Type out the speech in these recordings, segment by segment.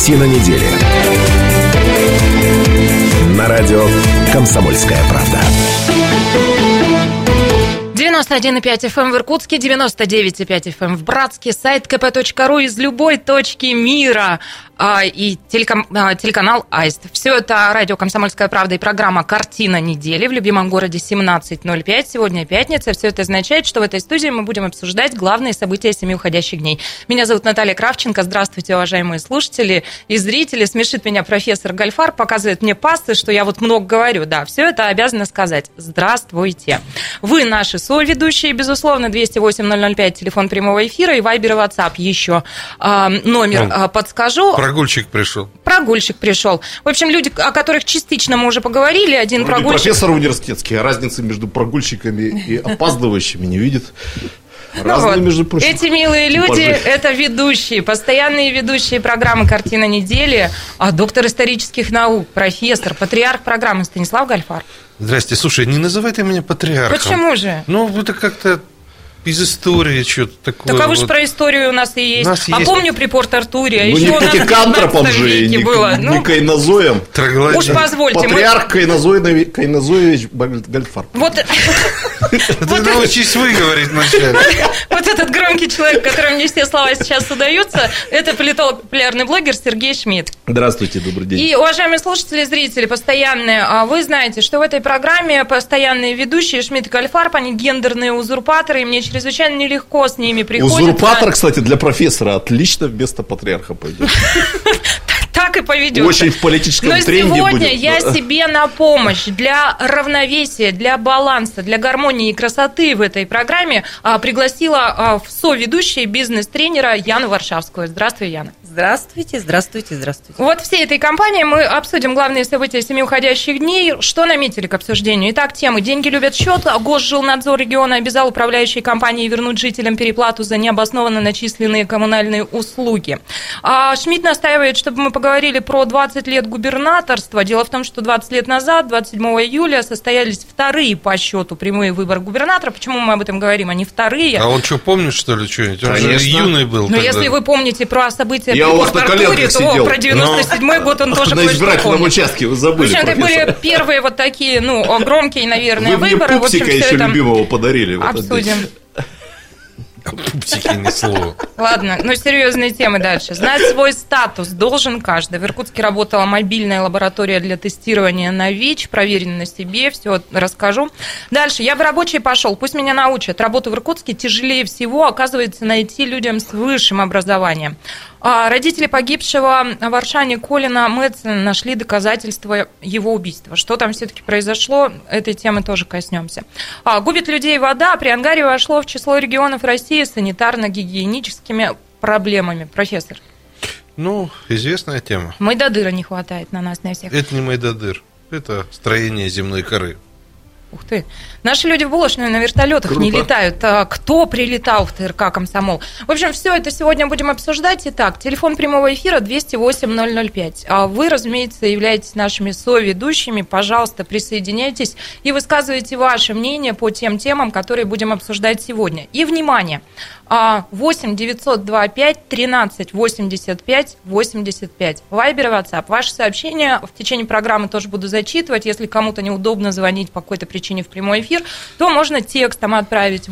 Картина недели. На радио «Комсомольская правда». 91,5 FM в Иркутске, 99,5 FM в Братске, сайт kp.ru из любой точки мира и телеканал АИСТ. Все это радио «Комсомольская правда» и программа «Картина недели» в любимом городе 17:05. Сегодня пятница. Все это означает, что в этой студии мы будем обсуждать главные события 7 уходящих дней. Меня зовут Наталья Кравченко. Здравствуйте, уважаемые слушатели и зрители. Смешит меня профессор Гальфар, показывает мне пассы, что я вот много говорю. Да, все это обязана сказать. Здравствуйте. Вы наши соведущие, безусловно, 208-005, телефон прямого эфира, и Вайбер и WhatsApp еще номер подскажу. Прогульщик пришел. В общем, люди, о которых частично мы уже поговорили. Один вроде прогульщик... профессор университетский, а разницы между прогульщиками и опаздывающими не видит. Разные, между прочим. Эти милые люди – это ведущие, постоянные ведущие программы «Картина недели», доктор исторических наук, профессор, патриарх программы Станислав Гальфар. Здрасте. Слушай, не называй ты меня патриархом. Почему же? Ну, это как-то из истории что-то такое. Так а вы же про историю у нас и есть. Помню при Порт-Артуре. Ну, не катикантропом же, не кайнозоем. Уж позвольте. Патриарх Кайнозоевич Гальфар. Вот. Ты научись выговорить вначале. Вот этот громкий человек, которому не все слова сейчас удаются, это политолог, популярный блогер Сергей Шмидт. Здравствуйте, добрый день. И, уважаемые слушатели, зрители, постоянные, вы знаете, что в этой программе постоянные ведущие Шмидт и Гальфар, они гендерные узурпаторы, и мне чрезвычайно нелегко с ними приходится. Узурпатор, кстати, для профессора отлично вместо патриарха пойдет. Так и поведется. Очень в политическом тренде будет. Но сегодня я себе на помощь для равновесия, для баланса, для гармонии и красоты в этой программе пригласила в соведущие бизнес-тренера Яну Варшавскую. Здравствуй, Яна. Здравствуйте. Вот всей этой компании мы обсудим главные события 7 уходящих дней. Что наметили к обсуждению? Итак, темы. Деньги любят счет. Госжилнадзор региона обязал управляющие компании вернуть жителям переплату за необоснованно начисленные коммунальные услуги. Шмидт настаивает, чтобы мы поговорили про 20 лет губернаторства. Дело в том, что 20 лет назад, 27 июля, состоялись вторые по счету прямые выборы губернатора. Почему мы об этом говорим? Они вторые. А он что, помнит, что ли, что-нибудь? Он же юный был. Но если вы помните про события я у вас на коленках сидел. Про 97-й год он тоже на избирательном участке, вы забыли, в общем, это были первые вот такие, громкие, наверное, вы выборы. Вы мне пупсика еще любимого подарили. Обсудим. Пупсики не слово. Ладно, серьезные темы дальше. Знать свой статус должен каждый. В Иркутске работала мобильная лаборатория для тестирования на ВИЧ, проверено на себе, все расскажу. Дальше, я в рабочий пошел, пусть меня научат. Работу в Иркутске тяжелее всего, оказывается, найти людям с высшим образованием. Родители погибшего в Аршане Колина Мэтсона нашли доказательства его убийства. Что там все-таки произошло, этой темы тоже коснемся. Губит людей вода. Приангарье вошло в число регионов России с санитарно-гигиеническими проблемами. Профессор. Известная тема. Майдадыра не хватает на нас, на всех. Это не майдадыр, это строение земной коры. Ух ты. Наши люди в булочную на вертолетах не летают. Кто прилетал в ТРК «Комсомол»? В общем, все это сегодня будем обсуждать. Итак, телефон прямого эфира 208-005. А вы, разумеется, являетесь нашими соведущими. Пожалуйста, присоединяйтесь и высказывайте ваше мнение по тем темам, которые будем обсуждать сегодня. И, внимание, 8-925-13-85-85. Вайбер и WhatsApp. Ваши сообщения в течение программы тоже буду зачитывать. Если кому-то неудобно звонить по какой-то причине в прямой эфир, то можно текстом отправить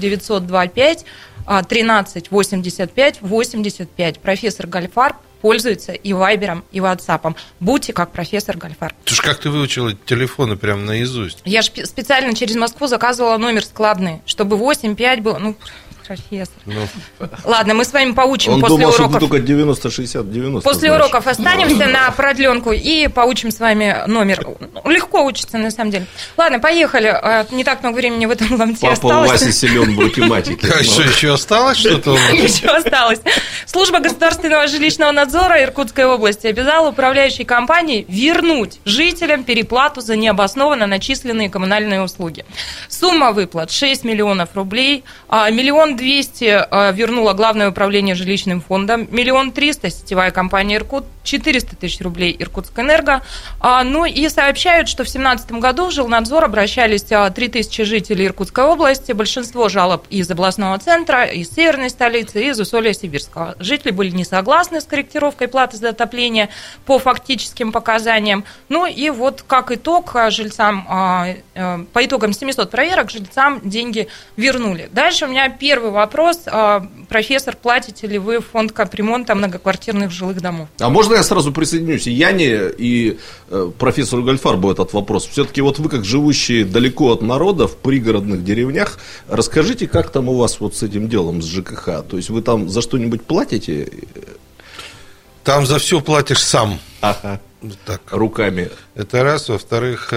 8-925-13-85-85. Профессор Гальфар пользуется и Вайбером, и WhatsApp. Будьте как профессор Гальфар. Слушай, как ты выучила телефоны прям наизусть? Я же специально через Москву заказывала номер складный, чтобы 8-5 было... профессор. Ладно, мы с вами поучим он после думал, уроков. Он думал, что только 90-60-90. После уроков останемся на продленку и поучим с вами номер. Легко учиться, на самом деле. Ладно, поехали. Не так много времени в этом ломте осталось. Папа Вася силен в математике. А что, еще осталось что-то? Еще осталось. Служба государственного жилищного надзора Иркутской области обязала управляющей компании вернуть жителям переплату за необоснованно начисленные коммунальные услуги. Сумма выплат 6 миллионов рублей, 1 200 200 вернуло Главное управление жилищным фондом, 1 300 000 сетевая компания «Иркут», 400 000 рублей «Иркутскэнерго». Ну и сообщают, что в 2017 году в Жилнадзор обращались 3000 жителей Иркутской области, большинство жалоб из областного центра, из северной столицы, из Усолья Сибирского. Жители были не согласны с корректировкой платы за отопление по фактическим показаниям. Ну и вот как итог, жильцам, по итогам 700 проверок жильцам деньги вернули. Дальше у меня первый вопрос. Профессор, платите ли вы в фонд капремонта многоквартирных жилых домов? А можно я сразу присоединюсь и Яне, и профессору Гольфарбу этот вопрос? Все-таки вот вы, как живущие далеко от народа, в пригородных деревнях, расскажите, как там у вас вот с этим делом, с ЖКХ? То есть вы там за что-нибудь платите? Там за все платишь сам. Ага. Так. Руками. Это раз. Во-вторых,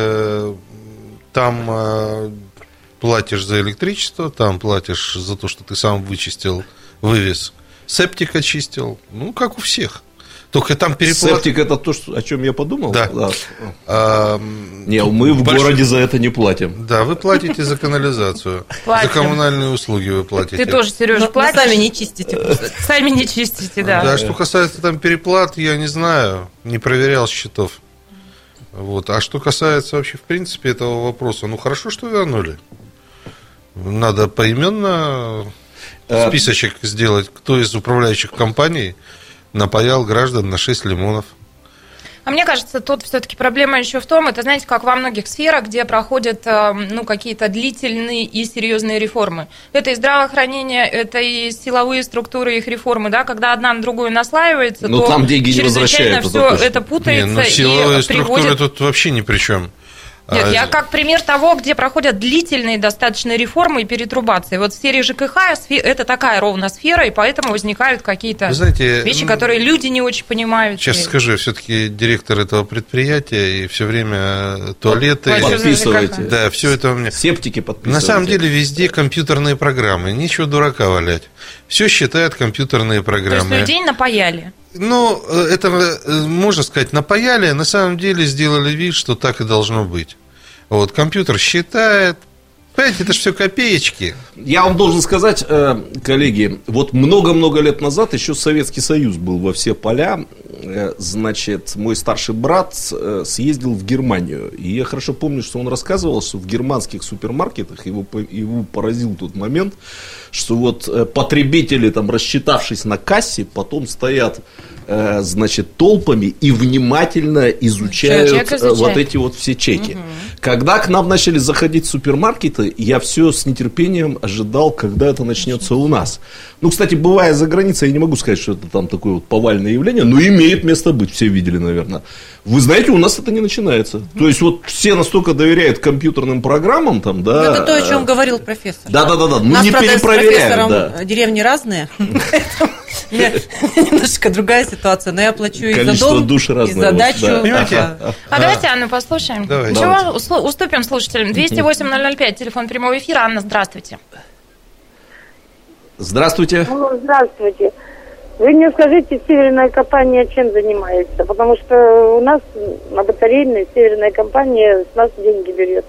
там платишь за электричество, там платишь за то, что ты сам вычистил, вывез, септик очистил. Ну, как у всех. Только там переплата. Септик — это то, о чем я подумал? Да. Не, мы в городе за это не платим. Да, вы платите за канализацию. За коммунальные услуги вы платите. Ты тоже, Сережа, платишь? Сами не чистите. Сами не чистите, да. Да, что касается там переплат, я не знаю, не проверял счетов. Вот. А что касается вообще, в принципе, этого вопроса, ну, хорошо, что вернули. Надо поименно списочек сделать, кто из управляющих компаний напаял граждан на 6 лимонов. А мне кажется, тут все-таки проблема еще в том, это, знаете, как во многих сферах, где проходят какие-то длительные и серьезные реформы. Это и здравоохранение, это и силовые структуры, их реформы, да, когда одна на другую наслаивается, но то там деньги не чрезвычайно все это путается. Не, силовые и структуры приводит... тут вообще ни при чем. Нет, я как пример того, где проходят длительные достаточно реформы и перетрубации. Вот в сфере ЖКХ это такая ровно сфера, и поэтому возникают какие-то вещи, которые люди не очень понимают. Сейчас скажу, я все-таки директор этого предприятия, и все время туалеты... Подписывайте. Да, все это у меня... Септики подписывайте. На самом деле везде компьютерные программы, нечего дурака валять. Все считают компьютерные программы. То есть людей напаяли? Ну, это, можно сказать, напаяли, на самом деле сделали вид, что так и должно быть. Вот, компьютер считает, понимаете, это же все копеечки. Я вам должен сказать, коллеги, вот много-много лет назад еще Советский Союз был во все поля. Значит, мой старший брат съездил в Германию. И я хорошо помню, что он рассказывал, что в германских супермаркетах его поразил тот момент, что вот потребители, там, рассчитавшись на кассе, потом стоят, значит, толпами и внимательно изучают вот эти вот все чеки. Угу. Когда к нам начали заходить супермаркеты, я все с нетерпением ожидал, когда это начнется у нас. Ну, кстати, бывая за границей, я не могу сказать, что это там такое вот повальное явление, но имеет место быть, все видели, наверное. Вы знаете, у нас это не начинается. То есть, вот все настолько доверяют компьютерным программам, там, да. Это то, о чем говорил профессор. Да. Мы не перепроверяем. Да. Деревни разные. Немножко другая ситуация, но я плачу и за дом, и за дачу. А давайте Анну послушаем. Чего уступим слушателям? 208-005, телефон прямого эфира. Анна, здравствуйте. Здравствуйте. Здравствуйте. Вы мне скажите, северная компания чем занимается? Потому что у нас на батарейной северная компания с нас деньги берет.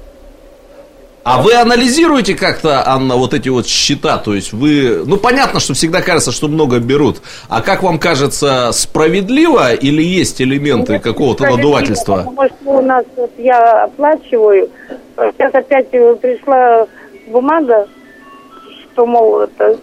А вы анализируете как-то, Анна, вот эти вот счета? То есть вы... Ну, понятно, что всегда кажется, что много берут. А как вам кажется, справедливо или есть элементы какого-то надувательства? Потому что у нас, вот, я оплачиваю. Сейчас опять пришла бумага, что, мол, это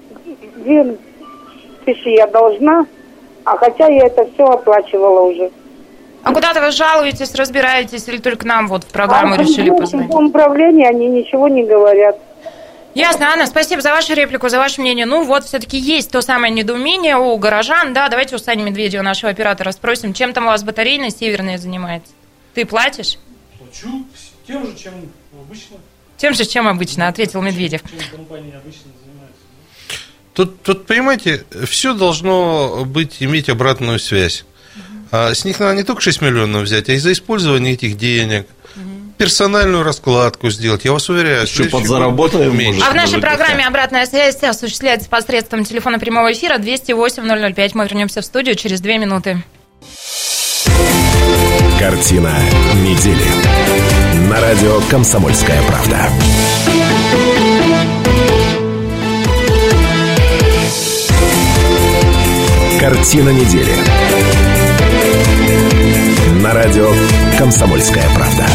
2000 я должна, а хотя я это все оплачивала уже. А куда-то вы жалуетесь, разбираетесь, или только нам вот в программу решили позвонить? В управлении они ничего не говорят. Ясно, Анна, спасибо за вашу реплику, за ваше мнение. Ну вот, все-таки есть то самое недоумение у горожан. Да, давайте у Сани Медведева, нашего оператора, спросим, чем там у вас батарейная северная занимается? Ты платишь? Плачу тем же, чем обычно. Тем же, чем обычно, ответил Медведев. Чем компания обычно занимается. Тут, понимаете, все должно быть, иметь обратную связь. С них надо не только 6 миллионов взять, а и за использование этих денег, персональную раскладку сделать. Я вас уверяю, еще подзаработаем. А в нашей программе «Обратная связь» осуществляется посредством телефона прямого эфира 208-005. Мы вернемся в студию через 2 минуты. Картина недели. На радио «Комсомольская правда». Картина недели. На радио «Комсомольская правда».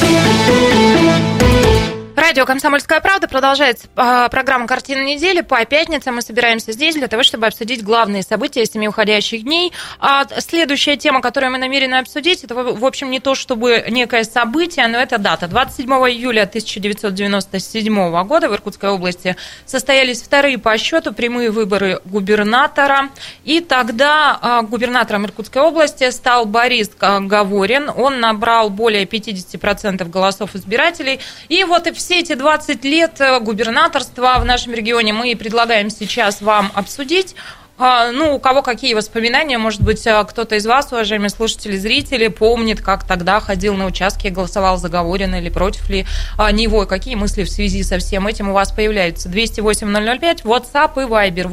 Радио «Комсомольская правда» продолжается программа «Картина недели». По пятницам мы собираемся здесь для того, чтобы обсудить главные события 7 уходящих дней. А следующая тема, которую мы намерены обсудить, это, в общем, не то чтобы некое событие, но это дата. 27 июля 1997 года в Иркутской области состоялись вторые по счету прямые выборы губернатора. И тогда губернатором Иркутской области стал Борис Гаворин. Он набрал более 50% голосов избирателей. И вот и все эти 20 лет губернаторства в нашем регионе мы предлагаем сейчас вам обсудить. Ну, у кого какие воспоминания, может быть, кто-то из вас, уважаемые слушатели, зрители, помнит, как тогда ходил на участки, голосовал за Гаворина или против ли него, какие мысли в связи со всем этим у вас появляются. 208-005, WhatsApp и Viber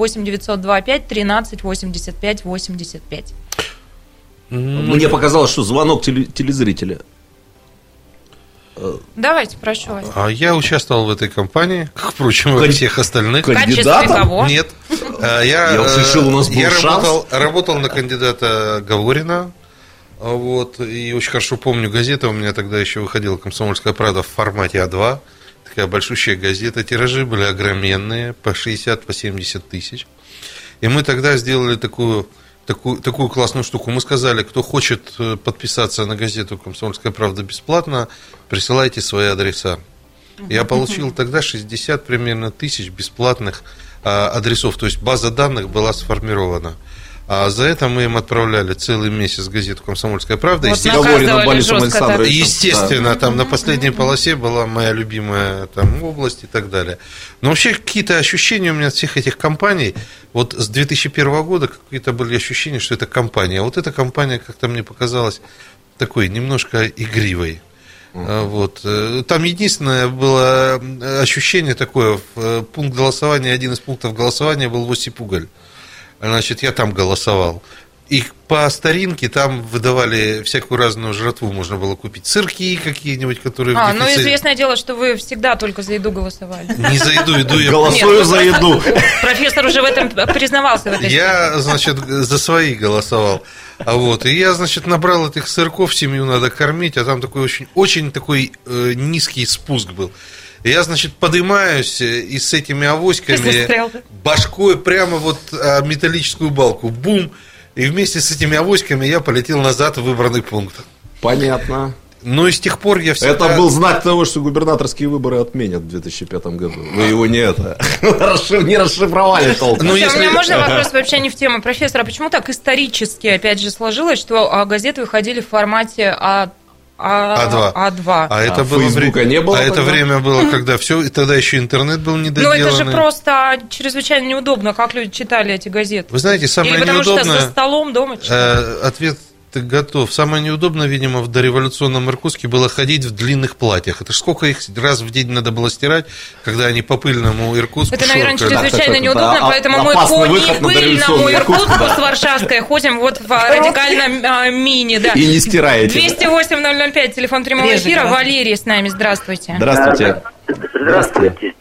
8-925-13-85-85. Мне показалось, что звонок телезрителя. Давайте, прошу вас. Я участвовал в этой кампании, как, впрочем, во всех остальных. Кандидатом? Нет. Я услышал, у нас был шанс. Работал на кандидата Гаворина. Вот, и очень хорошо помню, газета у меня тогда еще выходила «Комсомольская правда» в формате А2. Такая большущая газета. Тиражи были огроменные, по 60, по 70 тысяч. И мы тогда сделали такую классную штуку. Мы сказали, кто хочет подписаться на газету «Комсомольская правда» бесплатно, присылайте свои адреса. Я получил тогда 60 примерно тысяч бесплатных адресов, то есть база данных была сформирована. А за это мы им отправляли целый месяц газету «Комсомольская правда». Вот Естественно, там на последней полосе была моя любимая там область и так далее. Но вообще какие-то ощущения у меня от всех этих кампаний, вот с 2001 года какие-то были ощущения, что это кампания. А вот эта кампания как-то мне показалась такой немножко игривой. Вот. Там единственное было ощущение такое, пункт голосования, один из пунктов голосования был в Осип-Уголь. Значит, я там голосовал. И по старинке там выдавали всякую разную жратву, можно было купить. Сырки какие-нибудь, которые в дефиците. Ну, известное дело, что вы всегда только за еду голосовали. Не за еду я... Голосую за еду. Профессор уже в этом признавался. Я, значит, за свои голосовал. Вот. И я, значит, набрал этих сырков, семью надо кормить, а там такой очень такой низкий спуск был. Я, значит, поднимаюсь и с этими авоськами башкой прямо вот металлическую балку. Бум! И вместе с этими авоськами я полетел назад в выбранный пункт. Понятно. Ну и с тех пор я всегда... Это был знак того, что губернаторские выборы отменят в 2005 году. Вы его не расшифровали толком. У меня можно вопрос вообще не в тему профессора. Почему так исторически, опять же, сложилось, что газеты выходили в формате А2. А это было Фейсбука не было. А это время было, когда все, и тогда еще интернет был недоделанный. Ну, это же просто чрезвычайно неудобно, как люди читали эти газеты. Вы знаете, самое неудобное... Или потому неудобное... что за столом дома читали? Ответ готов. Самое неудобное, видимо, в дореволюционном Иркутске было ходить в длинных платьях. Это ж сколько их раз в день надо было стирать, когда они по пыльному Иркутску это, наверное, чрезвычайно неудобно, поэтому мы по непыльному Иркутску с Варшавской ходим вот в радикально мини. Да. И не стираете. 208-005, телефон прямого эфира. Валерий с нами. Здравствуйте. Здравствуйте. Здравствуйте.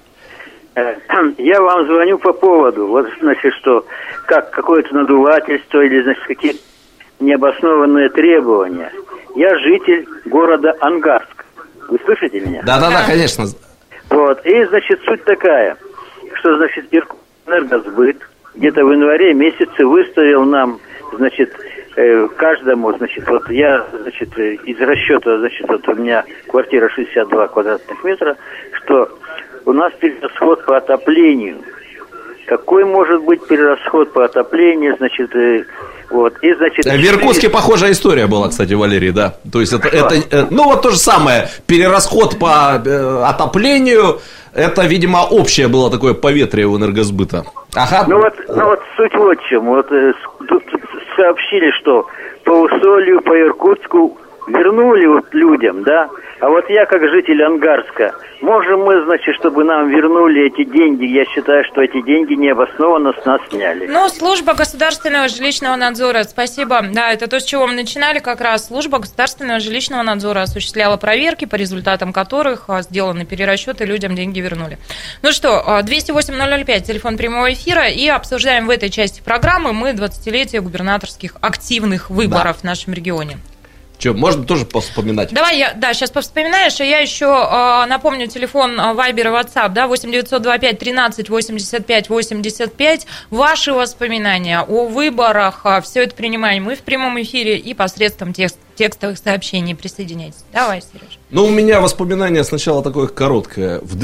Я вам звоню по поводу, вот, значит, что как какое-то надувательство или, значит, какие-то необоснованные требования. Я житель города Ангарск. Вы слышите меня? Да, конечно. Вот. И, значит, суть такая, что, значит, Иркутэнергосбыт где-то в январе месяце выставил нам, значит, каждому, значит, вот я, значит, из расчета, значит, вот у меня квартира 62 квадратных метра, что у нас перерасход по отоплению. Какой может быть перерасход по отоплению, значит, вот, и, значит... В Иркутске похожая история была, кстати, Валерий, да. То есть это ну, вот то же самое, перерасход по отоплению, это, видимо, общее было такое поветрие у энергосбыта. Ага. Ну вот суть вот в чем. Вот тут сообщили, что по Усолью, по Иркутску вернули вот людям, да? А вот я, как житель Ангарска, можем мы, значит, чтобы нам вернули эти деньги? Я считаю, что эти деньги необоснованно с нас сняли. Ну, служба государственного жилищного надзора, спасибо. Да, это то, с чего мы начинали как раз. Служба государственного жилищного надзора осуществляла проверки, по результатам которых сделаны перерасчеты, людям деньги вернули. Ну что, 208-005, телефон прямого эфира, и обсуждаем в этой части программы мы 20-летие губернаторских активных выборов в нашем регионе. Что, можно тоже повспоминать? Давай я, сейчас повспоминаешь, и я еще напомню телефон Viber и WhatsApp, да, 8-925 13 85 85. Ваши воспоминания о выборах, все это принимаем мы в прямом эфире и посредством текстовых сообщений. Присоединяйтесь. Давай, Сереж. Ну, у меня воспоминание сначала такое короткое. В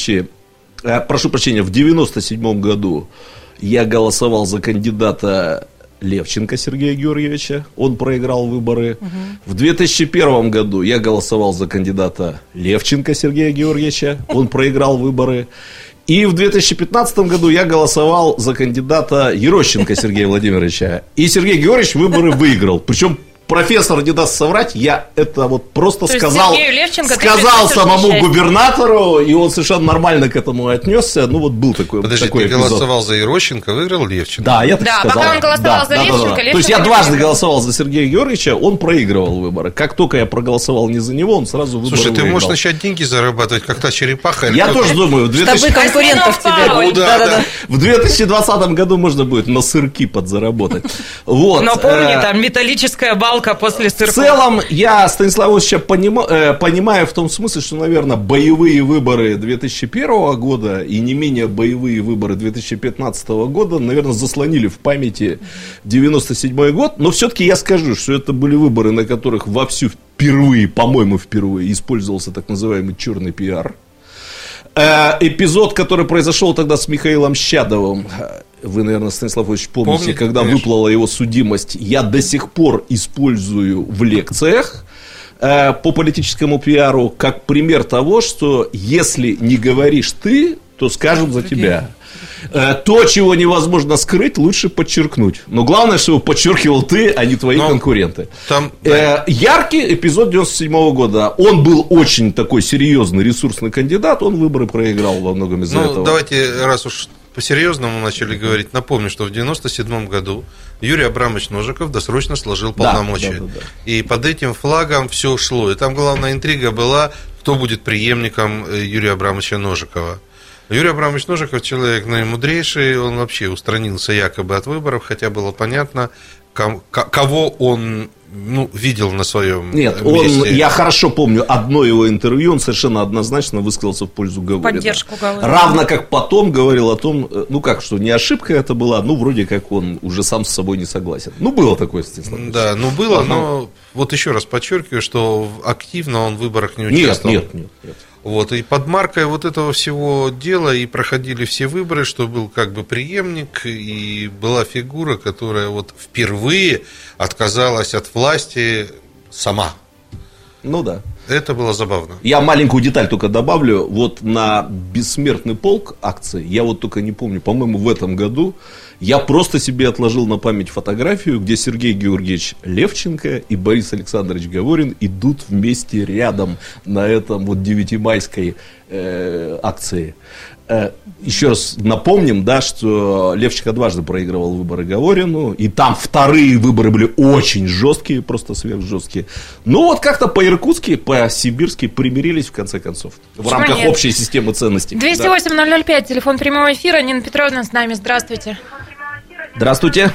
97 году я голосовал за кандидата Левченко Сергея Георгиевича, он проиграл выборы. В 2001 году я голосовал за кандидата Левченко Сергея Георгиевича, он проиграл выборы. И в 2015 году я голосовал за кандидата Ерощенко Сергея Владимировича. И Сергей Георгиевич выборы выиграл. Причем профессор не даст соврать, я это вот просто сказал самому губернатору, и он совершенно нормально к этому отнесся. Ну вот был такой Подожди, такой ты эпизод. голосовал за Ерощенко, выиграл Левченко? Да, я так сказал. Пока он голосовал за Левченко, Левченко. То есть я дважды голосовал за Сергея Георгиевича, он проигрывал выборы. Как только я проголосовал не за него, он сразу выборы Слушай, ты выиграл. можешь начать деньги зарабатывать, как та черепаха. Я тоже думаю, чтобы конкурентов тебе. Да. В 2020 году можно будет на сырки подзаработать. Вот. Но помни, там металлическая балка после сырка. В целом, я Станислава Ильича понимаю в том смысле, что, наверное, боевые выборы 2001 года и не менее боевые выборы 2015 года, наверное, заслонили в памяти 97 год. Но все-таки я скажу, что это были выборы, на которых вовсю впервые, по-моему, впервые использовался так называемый черный пиар. Эпизод, который произошел тогда с Михаилом Щадовым, вы, наверное, Станислав Ильич, помните, когда конечно. Выплыла его судимость, я до сих пор использую в лекциях по политическому пиару как пример того, что если не говоришь ты, то скажут за тебя. То, чего невозможно скрыть, лучше подчеркнуть. Но главное, чтобы подчеркивал ты, а не твои конкуренты. Там, яркий эпизод 97 года. Он был очень такой серьезный, ресурсный кандидат. Он выборы проиграл во многом из-за этого. Давайте, раз уж по-серьезному начали говорить, напомню, что в 97 году Юрий Абрамович Ножиков досрочно сложил полномочия. Да. И под этим флагом все шло. И там главная интрига была, кто будет преемником Юрия Абрамовича Ножикова. Юрий Абрамович Ножиков человек наимудрейший, он вообще устранился якобы от выборов, хотя было понятно, кого он видел на своем месте. Я хорошо помню одно его интервью, он совершенно однозначно высказался в пользу Гаворина. Поддержку Гаворина. Равно как потом говорил о том, что не ошибка это была, вроде как он уже сам с собой не согласен. Было такое, естественно. Да, было, но вот еще раз подчеркиваю, что активно он в выборах не участвовал. Нет. Вот, и под маркой вот этого всего дела и проходили все выборы, что был как бы преемник, и была фигура, которая вот впервые отказалась от власти сама. Да. Это было забавно. Я маленькую деталь только добавлю. Вот на «Бессмертный полк» акции, я вот только не помню, по-моему, в этом году я просто себе отложил на память фотографию, где Сергей Георгиевич Левченко и Борис Александрович Гаворин идут вместе рядом на этом вот 9-майской акции. Еще раз напомним, что Левченко дважды проигрывал выборы Гаворину, и там вторые выборы были очень жесткие, просто сверхжесткие. Как-то по-иркутски, по-сибирски примирились в конце концов. В рамках общей системы ценностей. 208-005, телефон прямого эфира. Нина Петровна с нами, здравствуйте. Здравствуйте.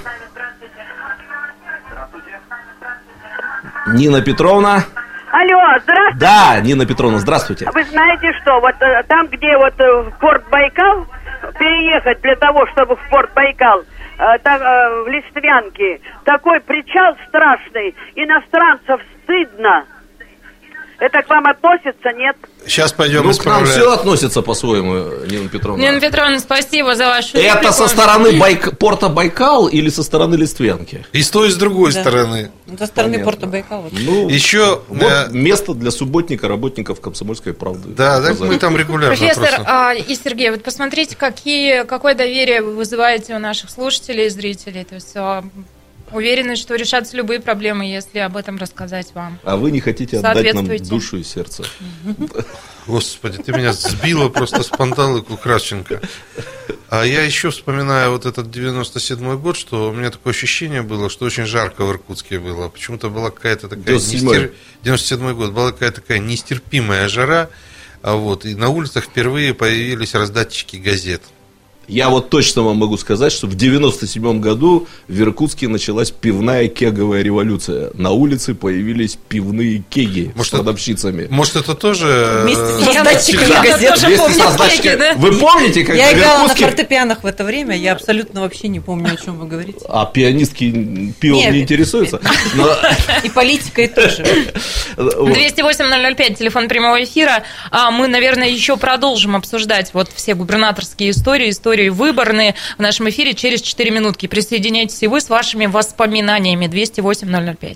Нина Петровна. Алло, здравствуйте. Да, Нина Петровна, здравствуйте. Вы знаете что, вот там, где вот в порт Байкал, переехать для того, чтобы в порт Байкал, в Листвянке, такой причал страшный, иностранцев стыдно. Это к вам относится, нет? Сейчас пойдем исправлять. К нам все относится по-своему, Нина Петровна. Нина Петровна, спасибо за вашу реплику. Это со стороны порта Байкал или со стороны Листвянки? И с той, и с другой стороны. Со стороны порта Байкал. Еще место для субботника работников «Комсомольской правды». Да, мы там регулярно. Профессор и Сергей, вот посмотрите, какое доверие вы вызываете у наших слушателей и зрителей. То есть Уверены, что решатся любые проблемы, если об этом рассказать вам. А вы не хотите отдать нам душу и сердце. Господи, ты меня сбила просто с панталыку, Кравченко. А я еще вспоминаю вот этот 97-й год, что у меня такое ощущение было, что очень жарко в Иркутске было. Почему-то была какая-то такая... 97-й год. Была какая-то такая нестерпимая жара. Вот, и на улицах впервые появились раздатчики газет. Я вот точно вам могу сказать, что в 97 году в Иркутске началась пивная кеговая революция. На улице появились пивные кеги с продавщицами. Может, это тоже... Вместе с раздатчиками газет. Вы помните, как я играла на фортепианах в это время, я абсолютно вообще не помню, о чем вы говорите. А пианистки пивом не интересуются? И политикой тоже. 208-005, телефон прямого эфира. Мы, наверное, еще продолжим обсуждать вот все губернаторские истории выборные в нашем эфире через 4 минутки. Присоединяйтесь и вы с вашими воспоминаниями. 208-005.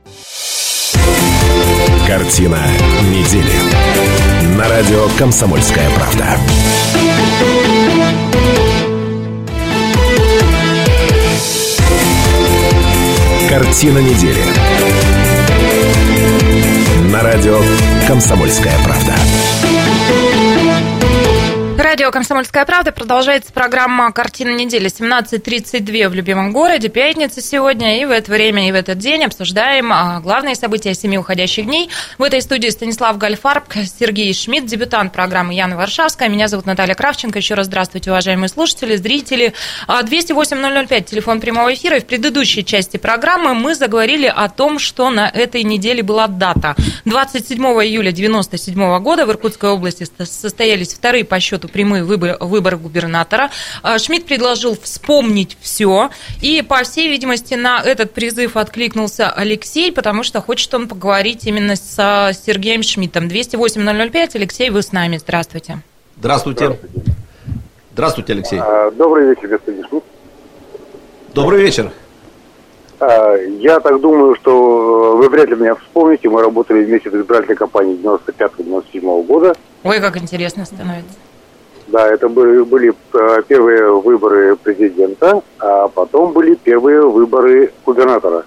Картина недели. На радио «Комсомольская правда». Картина недели. На радио «Комсомольская правда». Радио «Комсомольская правда». Продолжается программа «Картина недели». 17:32 в любимом городе. Пятница сегодня. И в это время, и в этот день обсуждаем главные события 7 уходящих дней. В этой студии Станислав Гальфарб, Сергей Шмидт, дебютант программы Яна Варшавская. Меня зовут Наталья Кравченко. Еще раз здравствуйте, уважаемые слушатели, зрители. 208-005, телефон прямого эфира. И в предыдущей части программы мы заговорили о том, что на этой неделе была дата. 27 июля 1997 года в Иркутской области состоялись вторые по счету прямые выборы губернатора. Шмидт предложил вспомнить все, и, по всей видимости, на этот призыв откликнулся Алексей, потому что хочет он поговорить именно с Сергеем Шмидтом. 208-005, Алексей, вы с нами. Здравствуйте. Здравствуйте. Здравствуйте, Алексей. Добрый вечер, господин Шмидт. Добрый вечер. Я так думаю, что вы вряд ли меня вспомните. Мы работали вместе в избирательной кампании 95-97 года. Ой, как интересно становится. Да, это были первые выборы президента, а потом были первые выборы губернатора.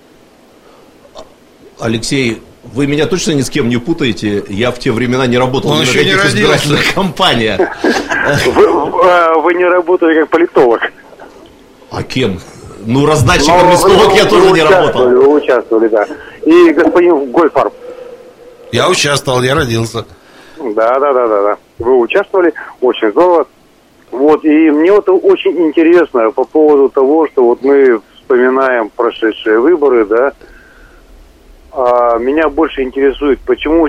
Алексей, вы меня точно ни с кем не путаете? Я в те времена не работал ни на каких избирательных кампаниях. Вы не работали как политолог. А кем? Ну, раздатчиком листовок я тоже не работал. Вы участвовали, да. И господин Гольфарб. Я участвовал, я родился. Да. Вы участвовали, очень здорово. Вот, и мне вот очень интересно по поводу того, что вот мы вспоминаем прошедшие выборы, да. Меня больше интересует, почему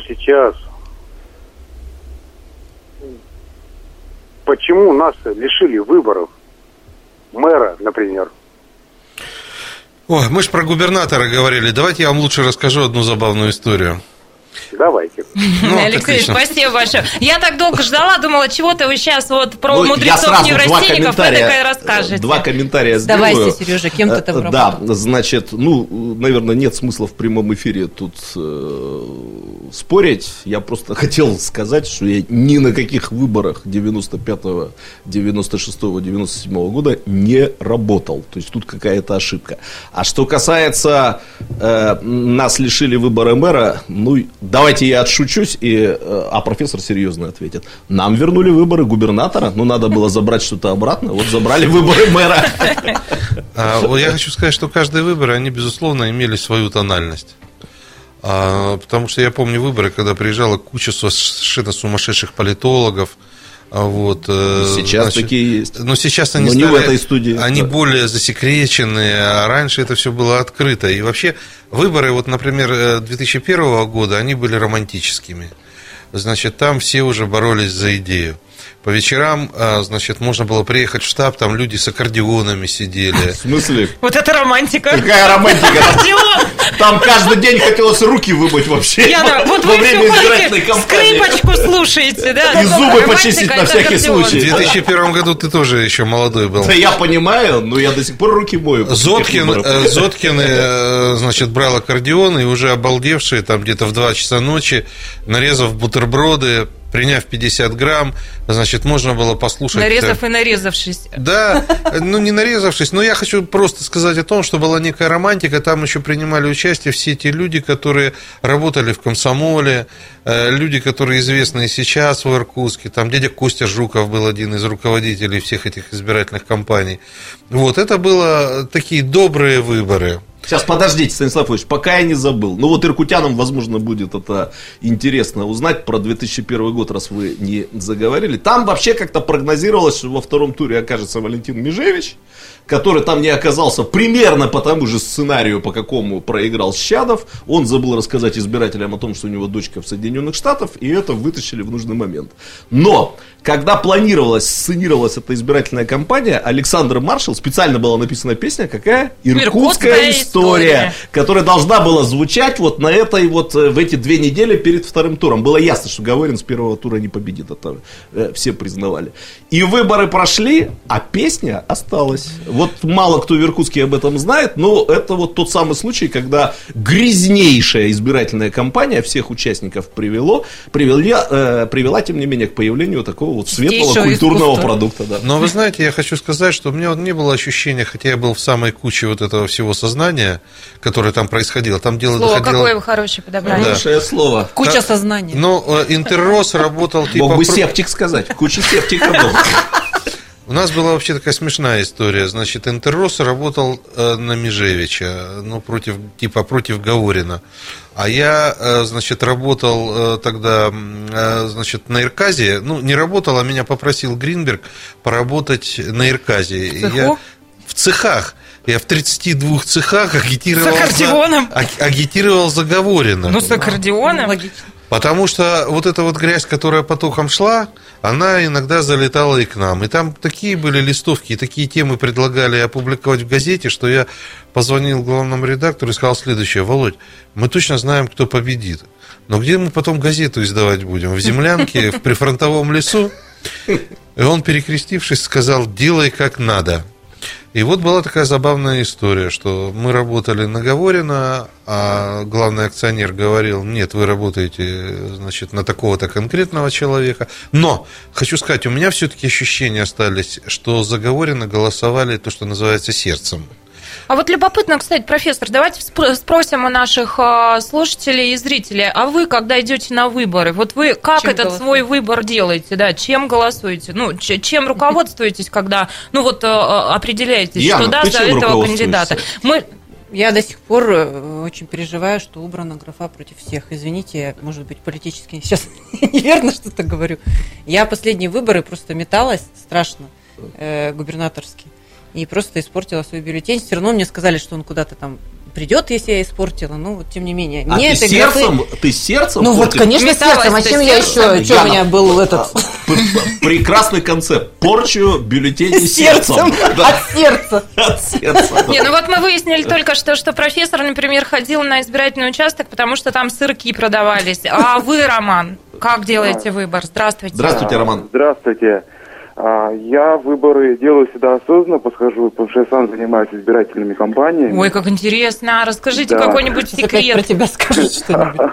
нас лишили выборов? Мэра, например. Ой, мы же про губернатора говорили. Давайте я вам лучше расскажу одну забавную историю. Давайте. Алексей, спасибо большое. Я так долго ждала, думала, чего-то вы сейчас вот про мудрецов-неврастенников эдакое расскажете. Два комментария сделаю. Давайте, Сережа, кем ты там работал? Да, значит, наверное, нет смысла в прямом эфире тут спорить. Я просто хотел сказать, что я ни на каких выборах 95-го, 96-го, 97-го года не работал. То есть тут какая-то ошибка. А что касается нас лишили выбора мэра, давайте я отшучусь, а профессор серьезно ответит. Нам вернули выборы губернатора, надо было забрать что-то обратно, вот забрали выборы мэра. Я хочу сказать, что каждые выборы, они, безусловно, имели свою тональность. Потому что я помню выборы, когда приезжала куча совершенно сумасшедших политологов. Вот, сейчас такие есть. Но сейчас они не в этой студии. Они более засекречены, а раньше это все было открыто. И вообще выборы, вот, например, 2001 года, они были романтическими. Значит, там все уже боролись за идею. По вечерам, значит, можно было приехать в штаб, там люди с аккордеонами сидели. В смысле? Вот это романтика. Какая романтика? Там каждый день хотелось руки вымыть вообще. Яна, вот вы все ходите, скрипочку слушаете, да? И зубы почистить на всякий случай. В 2001 году ты тоже еще молодой был. Да я понимаю, но я до сих пор руки мою. Зоткин, значит, брал аккордеон и уже обалдевший, там где-то в 2 часа ночи, нарезав бутерброды, приняв 50 грамм, значит, можно было послушать... Нарезав и нарезавшись. Да, ну не нарезавшись, но я хочу просто сказать о том, что была некая романтика, там еще принимали участие все те люди, которые работали в комсомоле, люди, которые известны и сейчас в Иркутске, там дядя Костя Жуков был один из руководителей всех этих избирательных кампаний. Вот, это было такие добрые выборы. Сейчас, подождите, Станислав Ильич, пока я не забыл. Ну вот иркутянам, возможно, будет это интересно узнать про 2001 год, раз вы не заговорили. Там вообще как-то прогнозировалось, что во втором туре окажется Валентин Межевич, который там не оказался примерно по тому же сценарию, по какому проиграл Щадов. Он забыл рассказать избирателям о том, что у него дочка в Соединенных Штатах, и это вытащили в нужный момент. Но, когда планировалась, сценировалась эта избирательная кампания, Александр Маршал, специально была написана песня, какая? Иркутская история, которая должна была звучать вот на этой вот, в эти 2 недели перед вторым туром. Было ясно, что Говорин с первого тура не победит, это все признавали. И выборы прошли, а песня осталась. Вот мало кто в Иркутске об этом знает, но это вот тот самый случай, когда грязнейшая избирательная кампания всех участников привела, тем не менее, к появлению такого вот светлого культурного продукта. Да. Но вы знаете, я хочу сказать, что у меня вот не было ощущения, хотя я был в самой куче вот этого всего сознания, которое там происходило. Там дело слово доходило... какое вы хорошее подобрали. Хорошее слово. Куча сознания. Но Интеррос работал типа... Мог бы септик сказать. Куча септика был. У нас была вообще такая смешная история. Значит, Интеррос работал на Межевича, ну, против Говорина. А я, значит, работал тогда, значит, на Ирказе. Ну, не работал, а меня попросил Гринберг поработать на Ирказе. В цехах. Я в 32 цехах агитировал за Говорина. Ну, с аккордеоном? Логично. Потому что вот эта вот грязь, которая потоком шла, она иногда залетала и к нам. И там такие были листовки, и такие темы предлагали опубликовать в газете, что я позвонил главному редактору и сказал следующее: Володь, мы точно знаем, кто победит. Но где мы потом газету издавать будем? В землянке, в прифронтовом лесу? И он, перекрестившись, сказал: делай как надо. И вот была такая забавная история, что мы работали на Говорина, а главный акционер говорил: нет, вы работаете, значит, на такого-то конкретного человека. Но, хочу сказать, у меня все-таки ощущения остались, что за Говорина голосовали то, что называется, сердцем. А вот любопытно, кстати, профессор, давайте спросим у наших слушателей и зрителей, а вы, когда идете на выборы, вот вы как чем этот свой выбор делаете, да, чем голосуете, ну, чем руководствуетесь, когда, ну, вот определяетесь, Яна, что да, за этого кандидата? Я до сих пор очень переживаю, что убрана графа против всех. Извините, я, может быть, политически сейчас неверно что-то говорю. Я последние выборы просто металась страшно, губернаторские. И просто испортила свой бюллетень. Все равно мне сказали, что он куда-то там придет, если я испортила. Ну, вот, тем не менее. А ты сердцем? Ты сердцем? Ну, вот, конечно, сердцем. А чем я еще? Что у меня был этот... Прекрасный концепт. Порчу бюллетеней сердцем. От сердца. От сердца. Не, ну вот мы выяснили только что профессор, например, ходил на избирательный участок, потому что там сырки продавались. А вы, Роман, как делаете выбор? Здравствуйте. Здравствуйте, Роман. Здравствуйте. Я выборы делаю всегда осознанно, подхожу, потому что я сам занимаюсь избирательными кампаниями. Ой, как интересно. Расскажите какой-нибудь секрет. Опять про тебя скажут что-нибудь.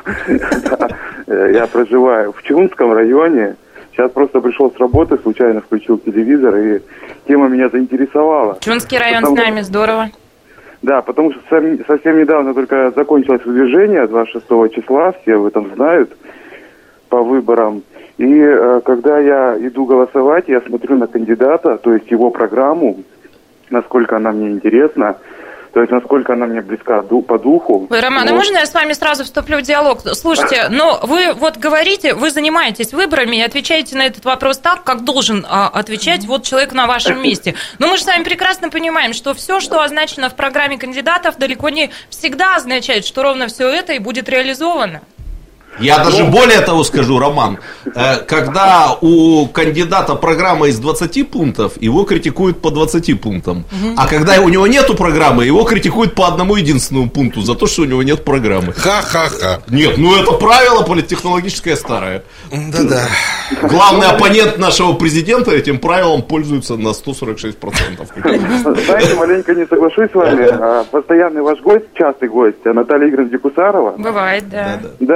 Я проживаю в Чунском районе. Сейчас просто пришел с работы, случайно включил телевизор, и тема меня заинтересовала. Чунский район с нами, здорово. Да, потому что совсем недавно только закончилось выдвижение 26 числа, все об этом знают, по выборам. И когда я иду голосовать, я смотрю на кандидата, то есть его программу, насколько она мне интересна, то есть насколько она мне близка по духу. Ой, Роман, а можно я с вами сразу вступлю в диалог? Слушайте, но вы вот говорите, вы занимаетесь выборами и отвечаете на этот вопрос так, как должен отвечать вот человек на вашем месте. Но мы же с вами прекрасно понимаем, что все, что означено в программе кандидатов, далеко не всегда означает, что ровно все это и будет реализовано. Я даже более того скажу, Роман, когда у кандидата программа из 20 пунктов, его критикуют по 20 пунктам. А когда у него нету программы, его критикуют по одному единственному пункту за то, что у него нет программы. Ха-ха-ха. Нет, ну это правило политтехнологическое старое. Да-да. Главный оппонент нашего президента этим правилом пользуется на 146%. Знаете, маленько не соглашусь с вами. Постоянный ваш гость, частый гость, Наталья Игоревна Декусарова. Бывает, да. Да.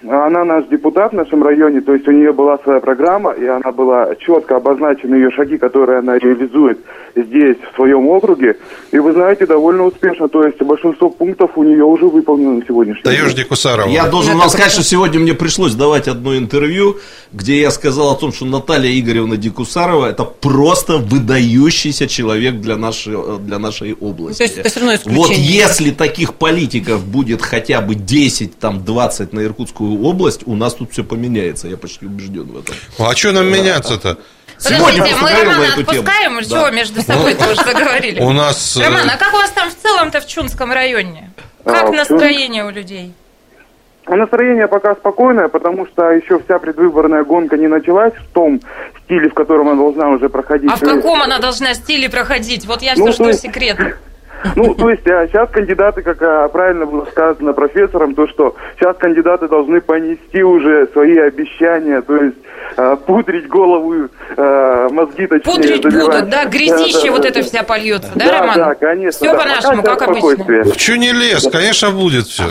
она наш депутат в нашем районе, то есть у нее была своя программа, и она была четко обозначены ее шаги, которые она реализует здесь, в своем округе. И вы знаете, довольно успешно, то есть большинство пунктов у нее уже выполнено на сегодняшний день. Даешь Дикусарова. Я должен вам сказать, что сегодня мне пришлось давать одно интервью, где я сказал о том, что Наталья Игоревна Дикусарова это просто выдающийся человек для нашей области. То есть это все равно исключение. Вот если таких политиков будет хотя бы 10, там, 20 на Иркутскую область, у нас тут все поменяется, я почти убежден в этом. А что нам меняться-то? Подождите, мы Романа отпускаем, чего между собой-то уже заговорили? У нас... Роман, а как у вас там в целом-то в Чунском районе? Как настроение у людей? Настроение пока спокойное, потому что еще вся предвыборная гонка не началась в том стиле, в котором она должна уже проходить. А в каком она должна стиле проходить? Вот я все жду секрет. Ну, то есть сейчас кандидаты, как правильно было сказано профессором, то, что сейчас кандидаты должны понести уже свои обещания, то есть пудрить голову, мозги, точнее. Пудрить будут, да, грязище вот это вся польется, да, Роман? Да, конечно. Все по-нашему, как обычно. В Чуне лес, конечно, будет все.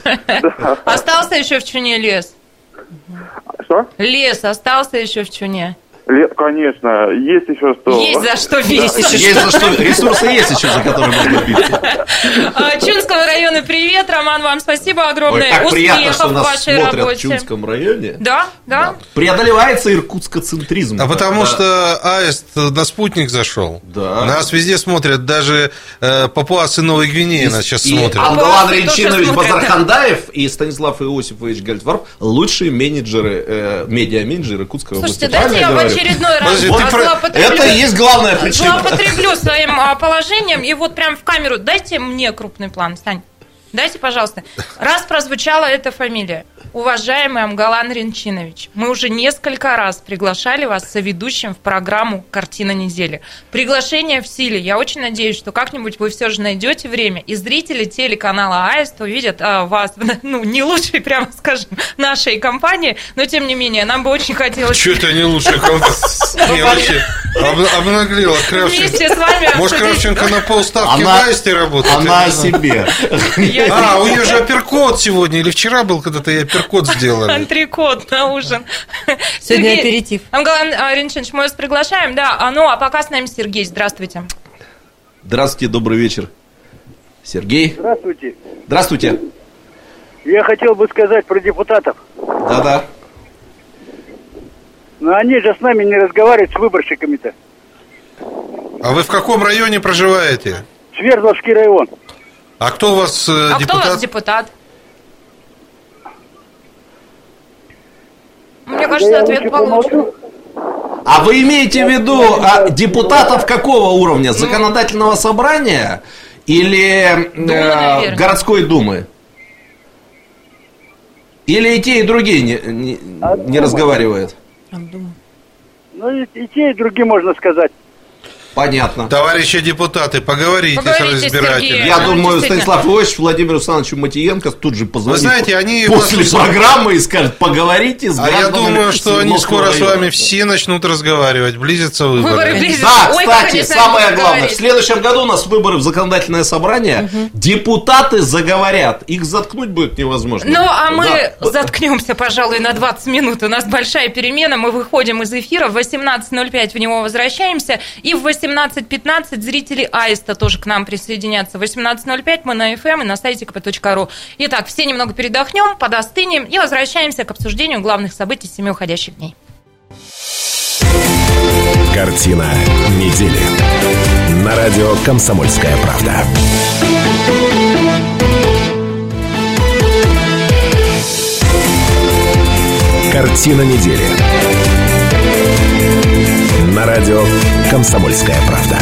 Остался еще в Чуне лес? Что? Лес остался еще в Чуне? Конечно, есть еще что. Есть за что бить. Есть за что, ресурсы есть еще, за которые можно биться. Чунскому району привет, Роман, вам спасибо огромное. Ой, так приятно, что Успехов в нас вашей смотрят работе. в Чунском районе. Да. Преодолевается иркутскоцентризм. А потому что Аист на спутник зашел. Да. Нас везде смотрят, даже папуасы Новой Гвинеи нас сейчас смотрят. Абдулан Ренчинович Базархандаев и Станислав Иосифович Гальдварб лучшие менеджеры, медиа-менеджеры Иркутской области. Слушайте, дайте я в очередной раз это и есть главная причина. злоупотреблю своим положением, и вот прям в камеру дайте мне крупный план, Стань. Дайте, пожалуйста. Раз прозвучала эта фамилия, уважаемый Амгалан Ренчинович, мы уже несколько раз приглашали вас соведущим в программу «Картина недели». Приглашение в силе. Я очень надеюсь, что как-нибудь вы все же найдете время, и зрители телеканала «Аист» увидят вас, не лучшей, прямо скажем, нашей компании, но тем не менее, нам бы очень хотелось... Что это не лучшая компания? Я вообще обнаглела Кравченко. Вместе с вами Может, Кравченко на полставки в «Аисте» работает? Она о себе. У нее же апперкот сегодня, или вчера был, когда-то ей апперкот сделали. Антрикот на ужин. Сегодня аперитив. Амгалан Ренчинович, мы вас приглашаем, да. А пока с нами Сергей, здравствуйте. Здравствуйте, добрый вечер. Сергей. Здравствуйте. Здравствуйте. Я хотел бы сказать про депутатов. Да-да. Но они же с нами не разговаривают, с выборщиками-то. А вы в каком районе проживаете? Свердловский район. А кто у вас депутат? Кто у вас депутат? Мне кажется, ответ получше. А вы имеете в виду депутатов какого уровня? Законодательного собрания или городской думы? Или и те, и другие не разговаривают? Ну, и те, и другие, можно сказать. Понятно. Товарищи депутаты, поговорите с разбирателем. Я думаю, Станислав Иосифович Владимиру Александровичу Матиенко тут же позвонит. Вы знаете, они после программы и скажет, поговорите с гражданами. А я думаю, что они скоро с вами все начнут разговаривать. Близятся выборы. Да, кстати, самое главное. В следующем году у нас выборы в законодательное собрание. Депутаты заговорят. Их заткнуть будет невозможно. Ну, а мы заткнемся, пожалуй, на 20 минут. У нас большая перемена. Мы выходим из эфира. В 18:05 в него возвращаемся. И в 18:15 зрители Аиста тоже к нам присоединятся. В 18:05 мы на FM и на сайте kp.ru. Итак, все немного передохнем, подостынем и возвращаемся к обсуждению главных событий 7 уходящих дней. Картина недели. На радио «Комсомольская правда». Картина недели. На радио «Комсомольская правда».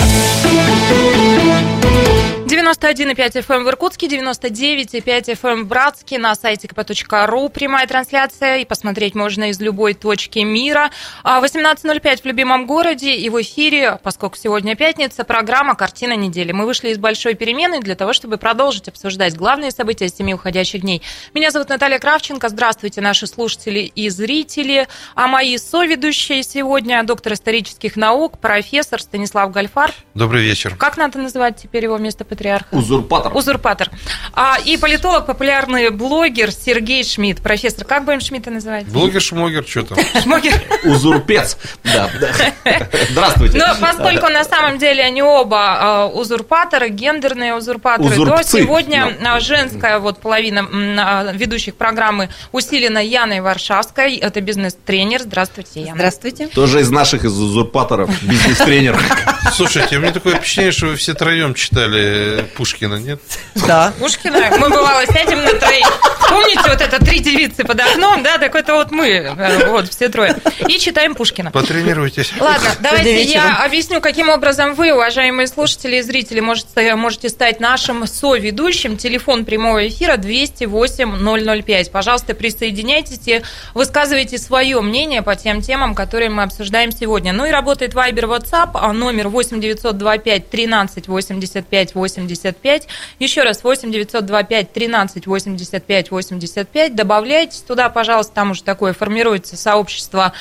91,5 FM в Иркутске, 99,5 FM в Братске, на сайте kp.ru прямая трансляция, и посмотреть можно из любой точки мира. 18:05 в любимом городе, и в эфире, поскольку сегодня пятница, программа «Картина недели». Мы вышли из большой перемены для того, чтобы продолжить обсуждать главные события 7 уходящих дней. Меня зовут Наталья Кравченко, здравствуйте, наши слушатели и зрители. А мои соведущие сегодня доктор исторических наук, профессор Станислав Гальфарб. Добрый вечер. Как надо называть теперь его вместо патриарха? Узурпатор. Узурпатор. И политолог, популярный блогер Сергей Шмидт. Профессор, как будем Шмидта называть? Блогер-шмогер, что там? Шмогер. Узурпец. Да. Здравствуйте. Но поскольку на самом деле они оба узурпаторы, гендерные узурпаторы, то сегодня женская вот половина ведущих программы усилена Яной Варшавской. Это бизнес-тренер. Здравствуйте, Яна. Здравствуйте. Тоже из наших, из узурпаторов, бизнес-тренер. Слушайте, у меня такое впечатление, что вы все троем читали Пушкина, нет? Да. Пушкина? Мы, бывало, сядем на троих. Помните вот это «Три девицы под окном», да? Так это вот мы, вот, все трое. И читаем Пушкина. Потренируйтесь. Ладно, давайте я объясню, каким образом вы, уважаемые слушатели и зрители, можете стать нашим соведущим. Телефон прямого эфира 208-005. Пожалуйста, присоединяйтесь и высказывайте свое мнение по тем темам, которые мы обсуждаем сегодня. Ну и работает Viber, WhatsApp, номер 8-925 13 85 85. Еще раз, 8-925 13 85 85. Добавляйтесь туда, пожалуйста, там уже такое формируется сообщество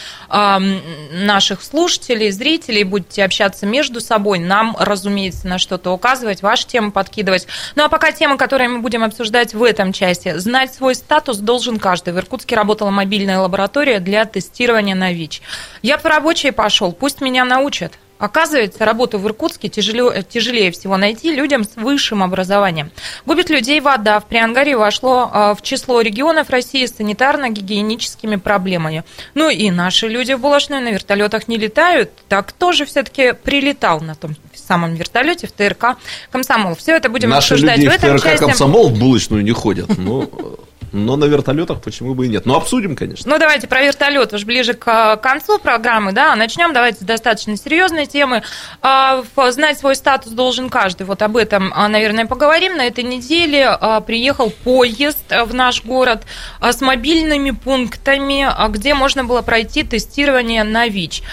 наших слушателей, зрителей. Будете общаться между собой. Нам, разумеется, на что-то указывать, ваши темы подкидывать. Ну а пока тема, которую мы будем обсуждать в этом часе. Знать свой статус должен каждый. В Иркутске работала мобильная лаборатория для тестирования на ВИЧ. Я по рабочей пошел, пусть меня научат. Оказывается, работу в Иркутске тяжелее всего найти людям с высшим образованием. Губит людей вода. В Приангарье вошло в число регионов России с санитарно-гигиеническими проблемами. Ну и наши люди в Булошной на вертолетах не летают. Так кто же все-таки прилетал на том самом вертолете в ТРК «Комсомол»? Все это будем обсуждать в этом части. Наши люди в ТРК «Комсомол» в булочную не ходят. Но на вертолетах почему бы и нет. Но обсудим, конечно. Ну, давайте про вертолет уж ближе к концу программы, да. Начнем, давайте, с достаточно серьезной темы. Знать свой статус должен каждый. Вот об этом, наверное, поговорим. На этой неделе приехал поезд в наш город с мобильными пунктами, где можно было пройти тестирование на ВИЧ.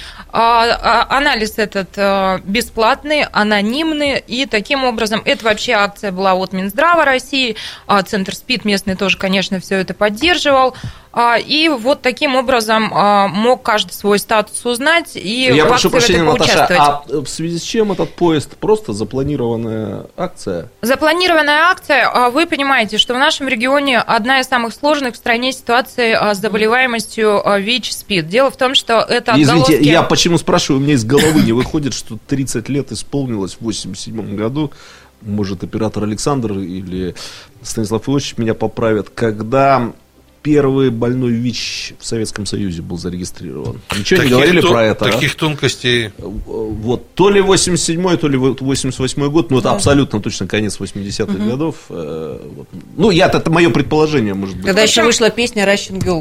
Анализ этот бесплатный, анонимный, и таким образом, это вообще акция была от Минздрава России, Центр СПИД местный тоже, конечно, все это поддерживал. И вот таким образом мог каждый свой статус узнать и я в прошу акции прощения, в этой Наташа, поучаствовать. в связи с чем этот поезд? Просто запланированная акция? Запланированная акция. Вы понимаете, что в нашем регионе одна из самых сложных в стране ситуаций с заболеваемостью ВИЧ-СПИД. Дело в том, что это отголоски... Извините, я почему спрашиваю, у меня из головы не выходит, что 30 лет исполнилось в 1987 году. Может, оператор Александр или Станислав Ильич меня поправят, когда первый больной ВИЧ в Советском Союзе был зарегистрирован. Ничего не говорили про это? Таких тонкостей. Вот, то ли 87-й, то ли 88-й год, ну, это абсолютно точно конец 80-х годов. Вот. Ну, это мое предположение, может быть. Когда еще вышла песня «Russian Girl».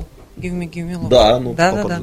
Да, да.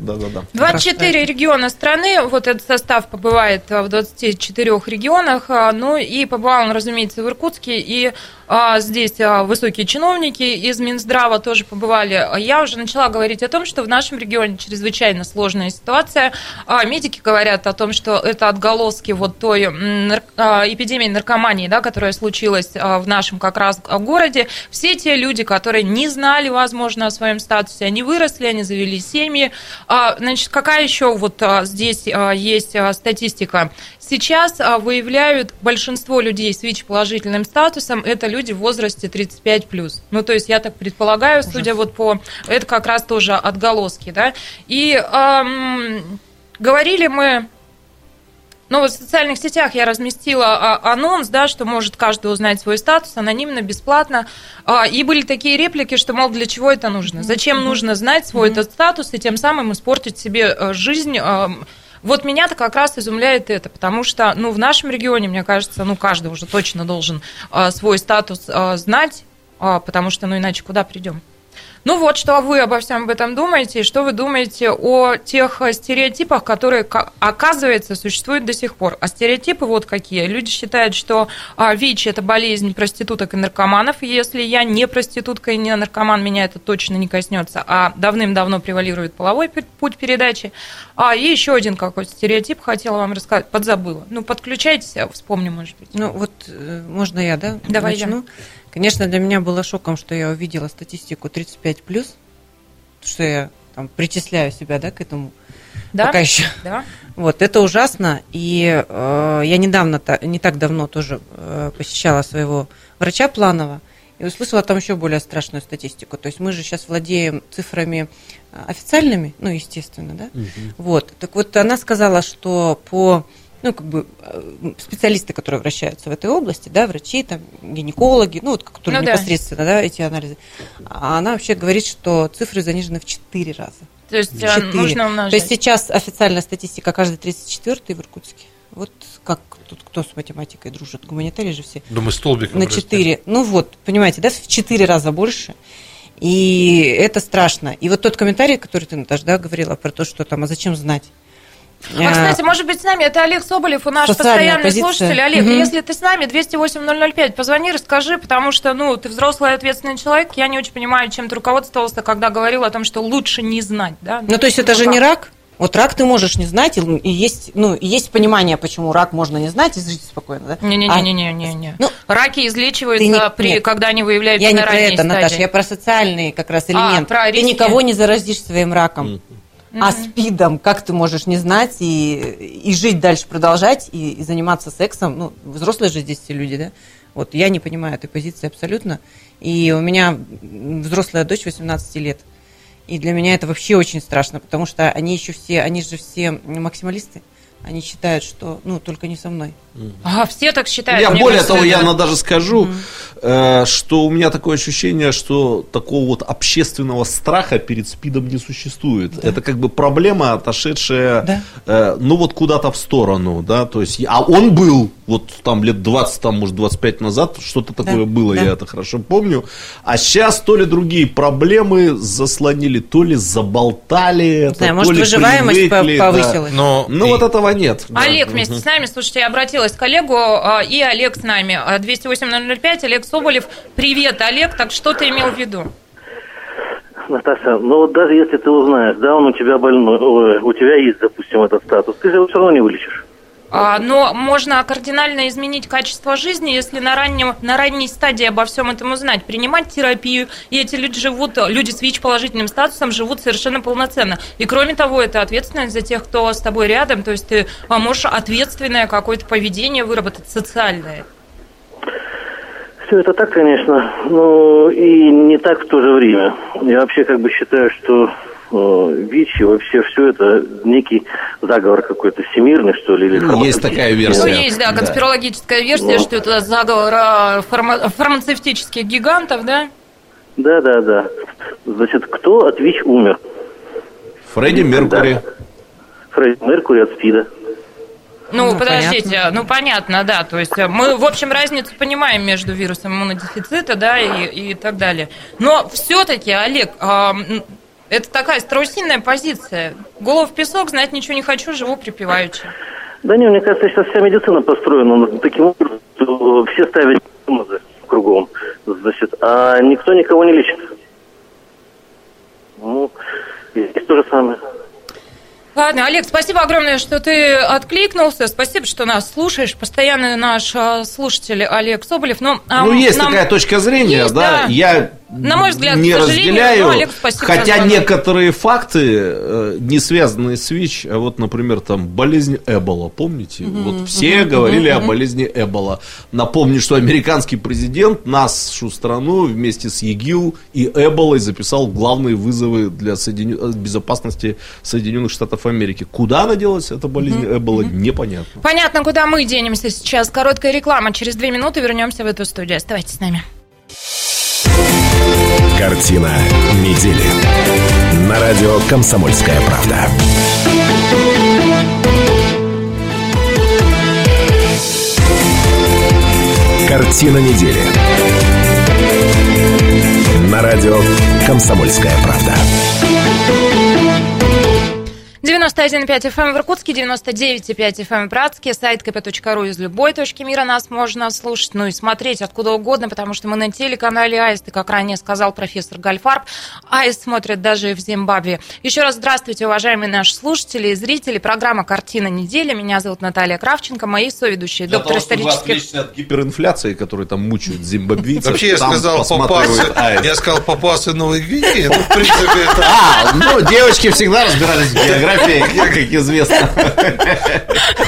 24 региона страны, вот этот состав побывает в 24 регионах, ну и побывал он, разумеется, в Иркутске, и здесь высокие чиновники из Минздрава тоже побывали. Я уже начала говорить о том, что в нашем регионе чрезвычайно сложная ситуация. Медики говорят о том, что это отголоски вот той эпидемии наркомании, да, которая случилась в нашем как раз городе. Все те люди, которые не знали, возможно, о своем статусе, они выросли, они завели семьи. Значит, какая еще вот здесь есть статистика? Сейчас выявляют большинство людей с ВИЧ-положительным статусом, это люди в возрасте 35+. Ну, то есть, я так предполагаю, судя вот по... Это как раз тоже отголоски, да. И говорили мы... Ну, вот в социальных сетях я разместила анонс, да, что может каждый узнать свой статус анонимно, бесплатно. И были такие реплики, что, мол, для чего это нужно? Зачем нужно знать свой этот статус и тем самым испортить себе жизнь? Вот меня-то как раз изумляет это, потому что, ну, в нашем регионе, мне кажется, ну, каждый уже точно должен свой статус знать, потому что, ну, иначе куда придем? Ну вот, что вы обо всем об этом думаете, и что вы думаете о тех стереотипах, которые, оказывается, существуют до сих пор. А стереотипы вот какие. Люди считают, что ВИЧ – это болезнь проституток и наркоманов. Если я не проститутка и не наркоман, меня это точно не коснется. А давным-давно превалирует половой путь передачи. И еще один какой-то стереотип хотела вам рассказать. Подзабыла. Ну, подключайтесь, вспомню, может быть. Ну, вот можно я, да? Давай начну? я. Конечно, для меня было шоком, что я увидела статистику 35+, что я там причисляю себя, да, к этому. Да? Пока еще. Да. Вот, это ужасно. И я недавно, не так давно тоже посещала своего врача планового, и услышала там еще более страшную статистику. То есть мы же сейчас владеем цифрами официальными, ну, естественно, да? Вот. Так вот, она сказала, что по... специалисты, которые вращаются в этой области, да, врачи, там, гинекологи, которые непосредственно, да, эти анализы, она вообще говорит, что цифры занижены в 4 раза. То есть нужно умножать. То есть сейчас официальная статистика каждый 34-й в Иркутске. Вот как тут кто с математикой дружит? Гуманитарии же все. Да мы столбиком на 4. Понимаете, да, в 4 раза больше. И это страшно. И вот тот комментарий, который ты, Наташа, да, говорила про то, что там, а зачем знать? Кстати, может быть, с нами это Олег Соболев, наш постоянный слушатель. Олег, если ты с нами, 208-005, позвони, расскажи, потому что, ты взрослый и ответственный человек, я не очень понимаю, чем ты руководствовался, когда говорил о том, что лучше не знать, да? То есть это же не рак? Вот рак ты можешь не знать, и есть понимание, почему рак можно не знать и жить спокойно, да? Не-не-не. Раки излечиваются, когда они выявляются на ранней стадии. Я не про это, Наташа, я про социальный как раз элемент. Ты никого не заразишь своим раком. А СПИДом как ты можешь не знать и жить дальше, продолжать, и заниматься сексом? Взрослые же здесь все люди, да? Вот я не понимаю этой позиции абсолютно. И у меня взрослая дочь 18 лет. И для меня это вообще очень страшно, потому что они же все максималисты. Они считают, что, только не со мной. Все так считают. Я более того, я даже скажу, что у меня такое ощущение, что такого вот общественного страха перед СПИДом не существует. Да. Это как бы проблема, отошедшая, куда-то в сторону, да, то есть, а он был, вот там лет 20, может 25 назад, что-то такое было, я это хорошо помню, а сейчас то ли другие проблемы заслонили, то ли заболтали, то может, ли выживаемость повысилась. Но вот этого нет. Олег вместе с нами, слушайте, я обратилась к Олегу, и Олег с нами. 208-005, Олег Соболев. Привет, Олег, так что ты имел в виду? Наташа, даже если ты узнаешь, да, он у тебя больной, у тебя есть, допустим, этот статус, ты же его все равно не вылечишь. Но можно кардинально изменить качество жизни, если на ранней стадии обо всем этом узнать, принимать терапию, и эти люди с ВИЧ-положительным статусом живут совершенно полноценно. И кроме того, это ответственность за тех, кто с тобой рядом, то есть ты можешь ответственное какое-то поведение выработать, социальное. Все это так, конечно, но и не так в то же время. Я вообще считаю, что ВИЧ и вообще все это некий заговор какой-то всемирный, что ли. Или есть такая версия. Есть, конспирологическая версия, что это заговор фармацевтических гигантов, да? Да. Значит, кто от ВИЧ умер? Фредди Меркьюри. Да. Фредди Меркьюри от СПИДа. Подождите, понятно, да, то есть мы, в общем, разницу понимаем между вирусом иммунодефицита, да, и так далее. Но все-таки, Олег, это такая страусиная позиция. Голову в песок, знать ничего не хочу, живу припеваючи. Да не, мне кажется, сейчас вся медицина построена таким образом, что все ставят диагнозы кругом, значит, а никто никого не лечит. Здесь то же самое. Ладно, Олег, спасибо огромное, что ты откликнулся. Спасибо, что нас слушаешь. Постоянный наш слушатель Олег Соболев. Есть такая точка зрения, есть, да. Я на мой взгляд, не разделяю, Олег, спасибо, хотя некоторые факты не связанные с ВИЧ, а вот, например, там болезнь Эбола, помните? Вот все говорили о болезни Эбола. Напомню, что американский президент нашу страну вместе с ЕГИЛ и Эболой записал главные вызовы для безопасности Соединенных Штатов Америки. Куда она делась, эта болезнь Эбола, непонятно. Понятно, куда мы денемся сейчас. Короткая реклама. Через 2 минуты вернемся в эту студию. Оставайтесь с нами. Картина недели. На радио «Комсомольская правда». Картина недели. На радио «Комсомольская правда». 91,5 FM в Иркутске, 99,5 FM в Братске, сайт kp.ru. Из любой точки мира нас можно слушать, и смотреть откуда угодно, потому что мы на телеканале Аист, и, как ранее сказал профессор Гальфарб, Аист смотрят даже и в Зимбабве. Еще раз здравствуйте, уважаемые наши слушатели и зрители. Программа «Картина недели». Меня зовут Наталья Кравченко, мои соведущие, доктор исторических... от гиперинфляции, которые там мучают зимбабвийцев. Вообще я сказал папуасы Новой Гвинеи, в принципе это... девочки всегда разбирались в географии, как известно.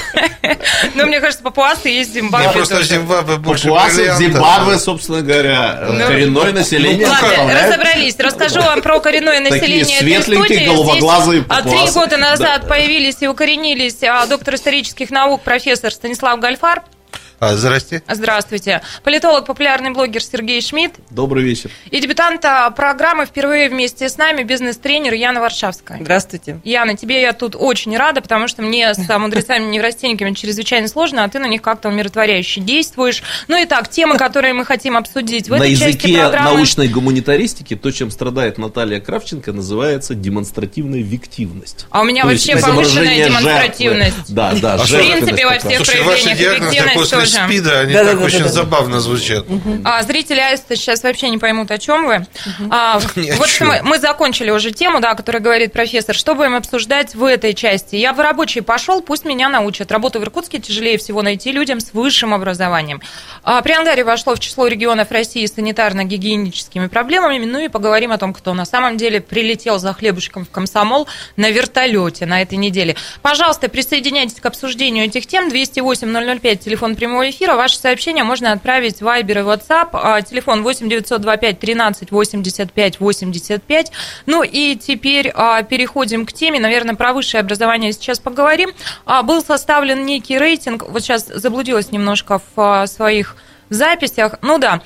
Ну, мне кажется, папуасы есть в Зимбабве. Просто в Зимбабве больше Папуасы в бриллиантов. Зимбабве, собственно говоря, коренное население. Ладно, разобрались. Расскажу вам про коренное население этой светленькие, студии. голубоглазые Здесь папуасы. 3 года назад появились и укоренились доктор исторических наук, профессор Станислав Гальфар. Здрасте. Здравствуйте. Политолог, популярный блогер Сергей Шмидт. Добрый вечер. И дебютант программы впервые вместе с нами бизнес-тренер Яна Варшавская. Здравствуйте. Яна, тебе я тут очень рада, потому что мне с мудрецами-неврастенниками чрезвычайно сложно, а ты на них как-то умиротворяюще действуешь. Ну и так, темы, которые мы хотим обсудить в На этой части языке программы. научной гуманитаристики то, чем страдает Наталья Кравченко, называется демонстративная виктивность. А у меня То вообще есть повышенная изображение демонстративность. жертвы. Да, да, В принципе, во всех Слушай, ваши проявлениях диагнозы эффективность после тоже. СПИДа, они так очень забавно звучат. Зрители Аиста сейчас вообще не поймут, о чем вы. Ни о Вот чем. мы закончили уже тему, да, о которой говорит профессор. Что будем обсуждать в этой части? Я в рабочий пошел, пусть меня научат. Работу в Иркутске тяжелее всего найти людям с высшим образованием. Приангарье вошло в число регионов России с санитарно-гигиеническими проблемами. Ну и поговорим о том, кто на самом деле прилетел за хлебушком в комсомол на вертолете на этой неделе. Пожалуйста, присоединяйтесь к обсуждению этих тем. 208-005, телефон прямого эфира. Ваши сообщения можно отправить в Viber и WhatsApp. Телефон 8-925 13 85 85. Ну и теперь переходим к теме. Наверное, про высшее образование сейчас поговорим. Был составлен некий рейтинг. Вот сейчас заблудилась немножко в своих записях. Ну да,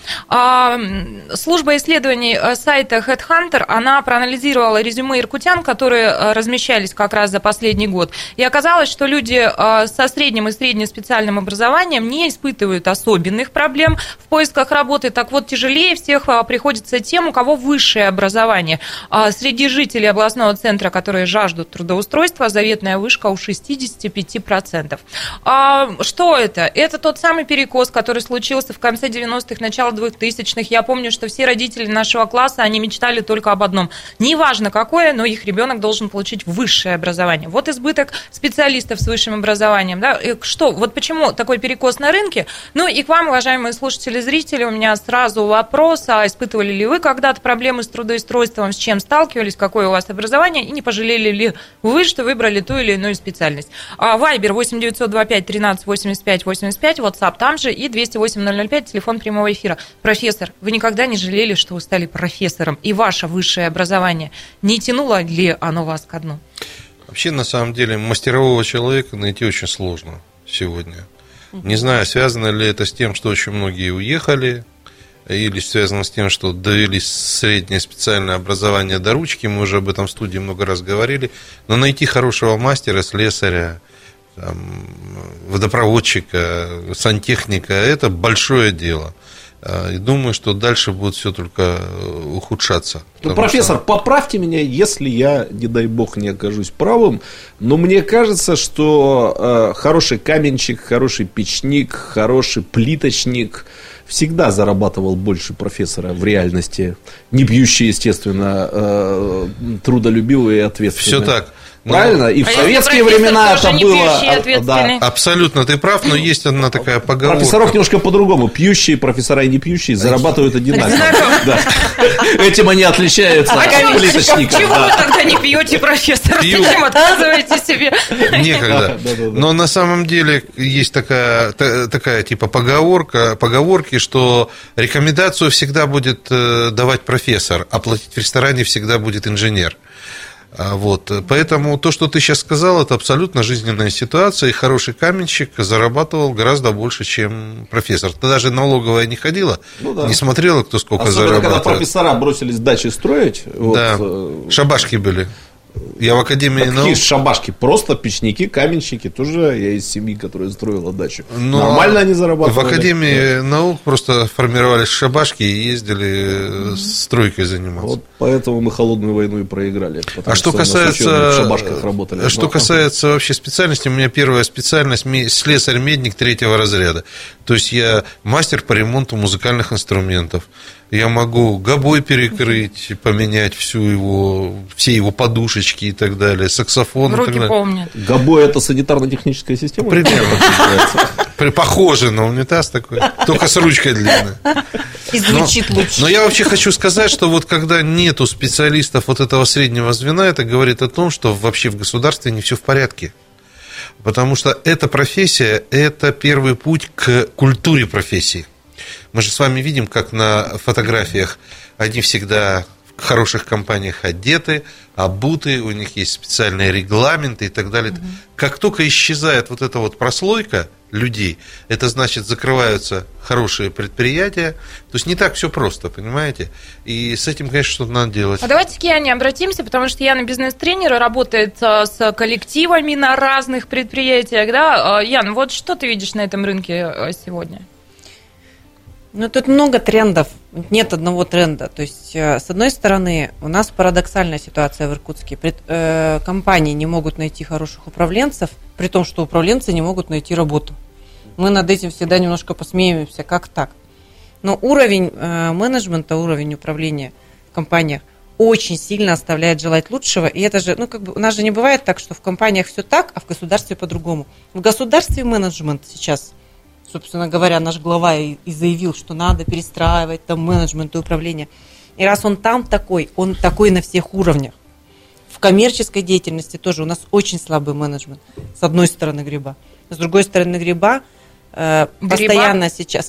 служба исследований сайта HeadHunter, она проанализировала резюме иркутян, которые размещались как раз за последний год. И оказалось, что люди со средним и среднеспециальным образованием не испытывают особенных проблем в поисках работы. Так вот, тяжелее всех приходится тем, у кого высшее образование. Среди жителей областного центра, которые жаждут трудоустройства, заветная вышка у 65%. Что это? Это тот самый перекос, который случился в конце 90-х, начало 2000-х. Я помню, что все родители нашего класса, они мечтали только об одном. Неважно какое, но их ребенок должен получить высшее образование. Вот избыток специалистов с высшим образованием. Да? Что? Вот почему такой перекос на рынке? Ну и к вам, уважаемые слушатели, зрители, у меня сразу вопрос. А испытывали ли вы когда-то проблемы с трудоустройством, с чем сталкивались, какое у вас образование, и не пожалели ли вы, что выбрали ту или иную специальность? Вайбер 8-925 13 85 85, WhatsApp там же, и 208-005, телефон прямого эфира. Профессор, вы никогда не жалели, что вы стали профессором, и ваше высшее образование, не тянуло ли оно вас ко дну? Вообще, на самом деле, мастерового человека найти очень сложно сегодня. Не знаю, связано ли это с тем, что очень многие уехали, или связано с тем, что довели среднее специальное образование до ручки. Мы уже об этом в студии много раз говорили. Но найти хорошего мастера, слесаря, водопроводчика, сантехника – это большое дело. И думаю, что дальше будет все только ухудшаться. Ну, профессор, поправьте меня, если я, не дай бог, не окажусь правым, но мне кажется, что хороший каменщик, хороший печник, хороший плиточник всегда зарабатывал больше профессора в реальности. Не пьющий, естественно, трудолюбивый и ответственный. Все так. Правильно? И в советские времена это было... Да. Абсолютно ты прав, но есть одна такая поговорка. Профессоров немножко по-другому. Пьющие профессора и не пьющие зарабатывают одинаково. Этим они отличаются от плиточников. Почему вы тогда не пьете, профессор? Зачем отказываете себе? Некогда. Но на самом деле есть такая типа поговорки, что рекомендацию всегда будет давать профессор, а платить в ресторане всегда будет инженер. Вот. Поэтому то, что ты сейчас сказал, это абсолютно жизненная ситуация, и хороший каменщик зарабатывал гораздо больше, чем профессор. Ты даже налоговая не ходила, не смотрела, кто сколько зарабатывает. Особенно, когда профессора бросились дачи строить. Да, шабашки были. Я в Академии наук... Какие шабашки? Просто печники, каменщики. Тоже я из семьи, которая строила дачу. Нормально они зарабатывали. В Академии наук просто формировались шабашки и ездили стройкой заниматься. Вот поэтому мы холодную войну и проиграли. А что касается... в шабашках работали. Что касается вообще специальности, у меня первая специальность слесарь-медник 3-го разряда. То есть я мастер по ремонту музыкальных инструментов. Я могу гобой перекрыть, поменять все его подушечки и так далее, саксофон. Руки помнят. Гобой – это санитарно-техническая система? Примерно. Похоже на унитаз такой, только с ручкой длинной. И звучит лучше. Но я вообще хочу сказать, что вот когда нету специалистов вот этого среднего звена, это говорит о том, что вообще в государстве не все в порядке. Потому что эта профессия – это первый путь к культуре профессии. Мы же с вами видим, как на фотографиях они всегда в хороших компаниях одеты, обуты, у них есть специальные регламенты и так далее. Как только исчезает вот эта вот прослойка людей, это значит, закрываются хорошие предприятия. То есть не так все просто, понимаете? И с этим, конечно, что-то надо делать. А давайте к Яне обратимся, потому что Яна бизнес-тренер, работает с коллективами на разных предприятиях. Да? Ян, вот что ты видишь на этом рынке сегодня? Ну, тут много трендов, нет одного тренда. То есть, с одной стороны, у нас парадоксальная ситуация в Иркутске. Компании не могут найти хороших управленцев, при том, что управленцы не могут найти работу. Мы над этим всегда немножко посмеемся, как так. Но уровень менеджмента, уровень управления в компаниях очень сильно оставляет желать лучшего. И это же, у нас же не бывает так, что в компаниях все так, а в государстве по-другому. В государстве менеджмент сейчас, собственно говоря, наш глава и заявил, что надо перестраивать там менеджмент и управление. И раз он такой на всех уровнях. В коммерческой деятельности тоже у нас очень слабый менеджмент. С одной стороны гриба. С другой стороны гриба постоянно сейчас...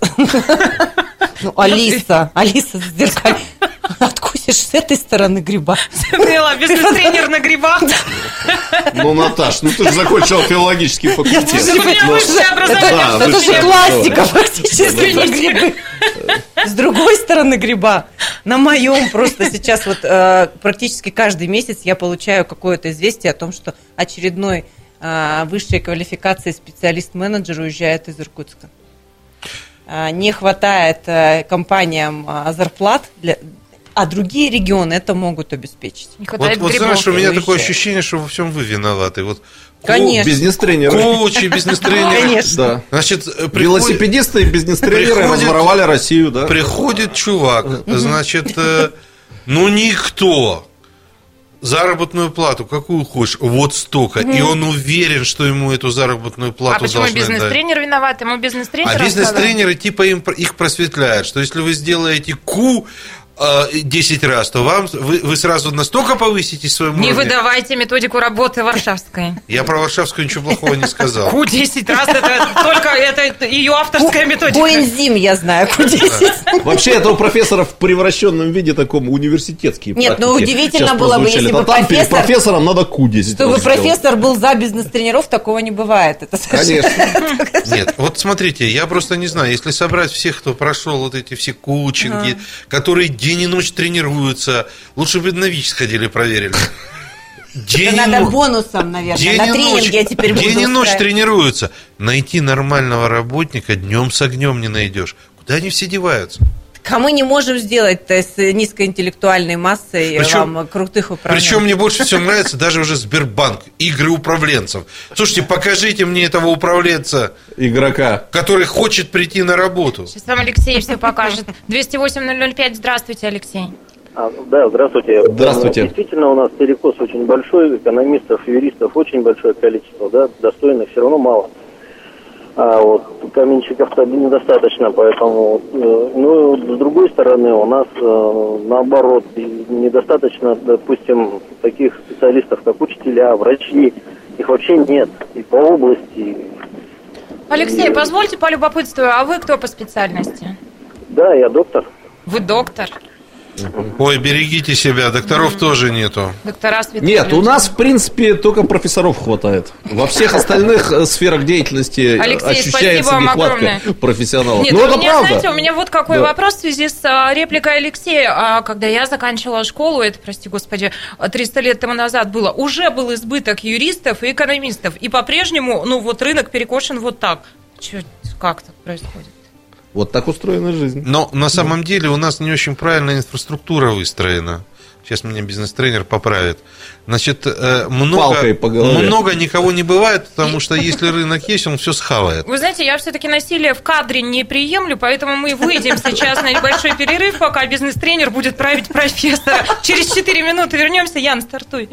Алиса зеркаль. Откусишь с этой стороны гриба. Смело, бизнес-тренер на грибах. Наташ, ты же закончила филологический факультет. У меня высшее образование. Это же классика фактически. С другой стороны гриба, на моем просто сейчас практически каждый месяц я получаю какое-то известие о том, что очередной высшей квалификации специалист-менеджер уезжает из Иркутска. Не хватает компаниям зарплат, а другие регионы это могут обеспечить. Вот знаешь, у меня такое ощущение, что во всем вы виноваты. Конечно. Бизнес-тренеры. Коучи, бизнес-тренеры. Конечно. Да. Значит, велосипедисты и бизнес-тренеры разворовали Россию, да? Приходит чувак, значит, никто. Заработную плату какую хочешь? Вот столько. И он уверен, что ему эту заработную плату должны дать. А почему бизнес-тренер виноват? Ему бизнес-тренер бизнес-тренеры типа их просветляют, что если вы сделаете 10 раз, то вы сразу настолько повысите свой уровень. Не выдавайте методику работы варшавской. Я про варшавскую ничего плохого не сказал. Q10 раз, это ее авторская методика. Коэнзим я знаю, Q10. Вообще это у профессора в превращенном виде таком университетские практики. Нет, удивительно сейчас было бы, если бы перед профессором надо Q10. Чтобы профессор был за бизнес-тренеров, такого не бывает. Конечно. Нет, вот смотрите, я просто не знаю, если собрать всех, кто прошел вот эти все коучинги, которые день и ночь тренируются, лучше бы на ВИЧ сходили, проверили. Надо бонусом, наверное, на тренинге я теперь буду день и ночь тренируются. Найти нормального работника днем с огнем не найдешь. Куда они все деваются? А мы не можем сделать-то с низкоинтеллектуальной массой крутых управленцев. Причем мне больше всего нравится даже уже Сбербанк, игры управленцев. Слушайте, покажите мне этого управленца, игрока, который хочет прийти на работу. Сейчас вам Алексей все покажет. 208-005, здравствуйте, Алексей. Да, здравствуйте. Здравствуйте. Действительно, у нас перекос очень большой, экономистов, юристов очень большое количество, да, достойных все равно мало. А вот каменщиков-то недостаточно, поэтому, с другой стороны, у нас, наоборот, недостаточно, допустим, таких специалистов, как учителя, врачи, их вообще нет, и по области. Алексей, позвольте полюбопытствую, а вы кто по специальности? Да, я доктор. Вы доктор? Ой, берегите себя, докторов тоже нету. Доктора Нет, у нас, в принципе, только профессоров хватает. Во всех остальных сферах деятельности ощущается нехватка профессионалов. Нет, знаете, у меня вот какой вопрос в связи с репликой Алексея. Когда я заканчивала школу, это, прости господи, 300 лет тому назад было, уже был избыток юристов и экономистов. И по-прежнему, рынок перекошен вот так. Как так происходит? Вот так устроена жизнь. Но на самом деле у нас не очень правильная инфраструктура выстроена. Сейчас меня бизнес-тренер поправит. Значит, много никого не бывает, потому что если рынок есть, он все схавает. Вы знаете, я все-таки насилие в кадре не приемлю, поэтому мы выйдем сейчас на небольшой перерыв, пока бизнес-тренер будет править профессора. Через 4 минуты вернемся. Ян, стартуй.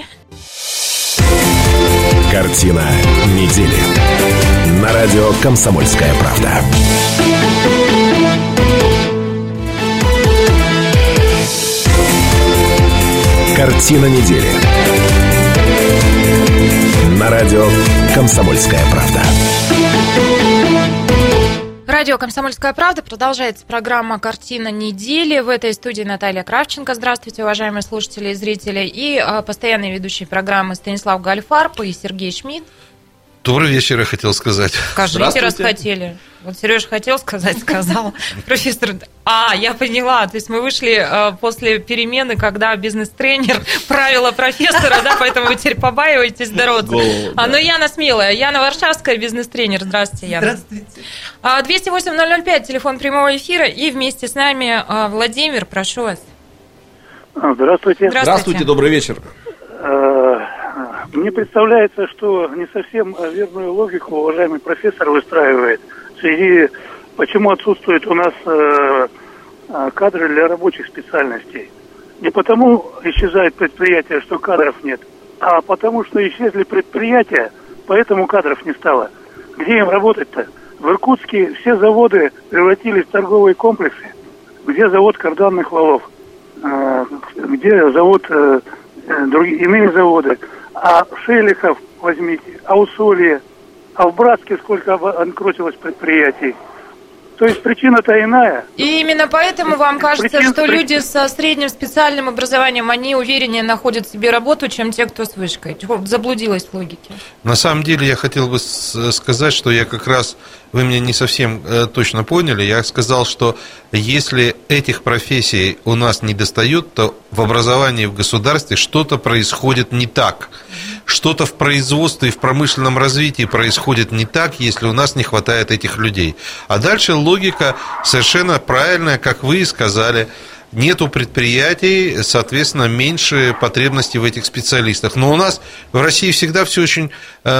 Картина недели. На радио «Комсомольская правда». Картина недели. На радио «Комсомольская правда». Радио «Комсомольская правда». Продолжается программа «Картина недели». В этой студии Наталья Кравченко. Здравствуйте, уважаемые слушатели и зрители. И постоянные ведущие программы Станислав Гальфарб и Сергей Шмидт. Добрый вечер, я хотел сказать. Скажите, раз хотели. Вот Сережа хотел сказать, сказал. Профессор, я поняла. То есть мы вышли после перемены, когда бизнес-тренер, правила профессора, да, поэтому вы теперь побаиваетесь здороваться. Но Яна смелая. Яна Варшавская, бизнес-тренер. Здравствуйте, Яна. Здравствуйте. 208-005, телефон прямого эфира. И вместе с нами Владимир, прошу вас. Здравствуйте. Здравствуйте, добрый вечер. Мне представляется, что не совсем верную логику уважаемый профессор выстраивает в связи, почему отсутствуют у нас кадры для рабочих специальностей. Не потому исчезают предприятия, что кадров нет, а потому что исчезли предприятия, поэтому кадров не стало. Где им работать-то? В Иркутске все заводы превратились в торговые комплексы. Где завод карданных валов? Где завод иные заводы? А Шелихов возьмите, а Усолье, а в Братске сколько анкротилось предприятий. То есть причина-то иная. И именно поэтому вам кажется, что люди со средним специальным образованием, они увереннее находят себе работу, чем те, кто с вышкой. Заблудилась в логике. На самом деле я хотел бы сказать, что я как раз, вы меня не совсем точно поняли, я сказал, что если этих профессий у нас не достает, то в образовании в государстве что-то происходит не так. Что-то в производстве и в промышленном развитии происходит не так, если у нас не хватает этих людей. А дальше логика совершенно правильная, как вы и сказали. Нету предприятий, соответственно, меньше потребностей в этих специалистах. Но у нас в России всегда все очень,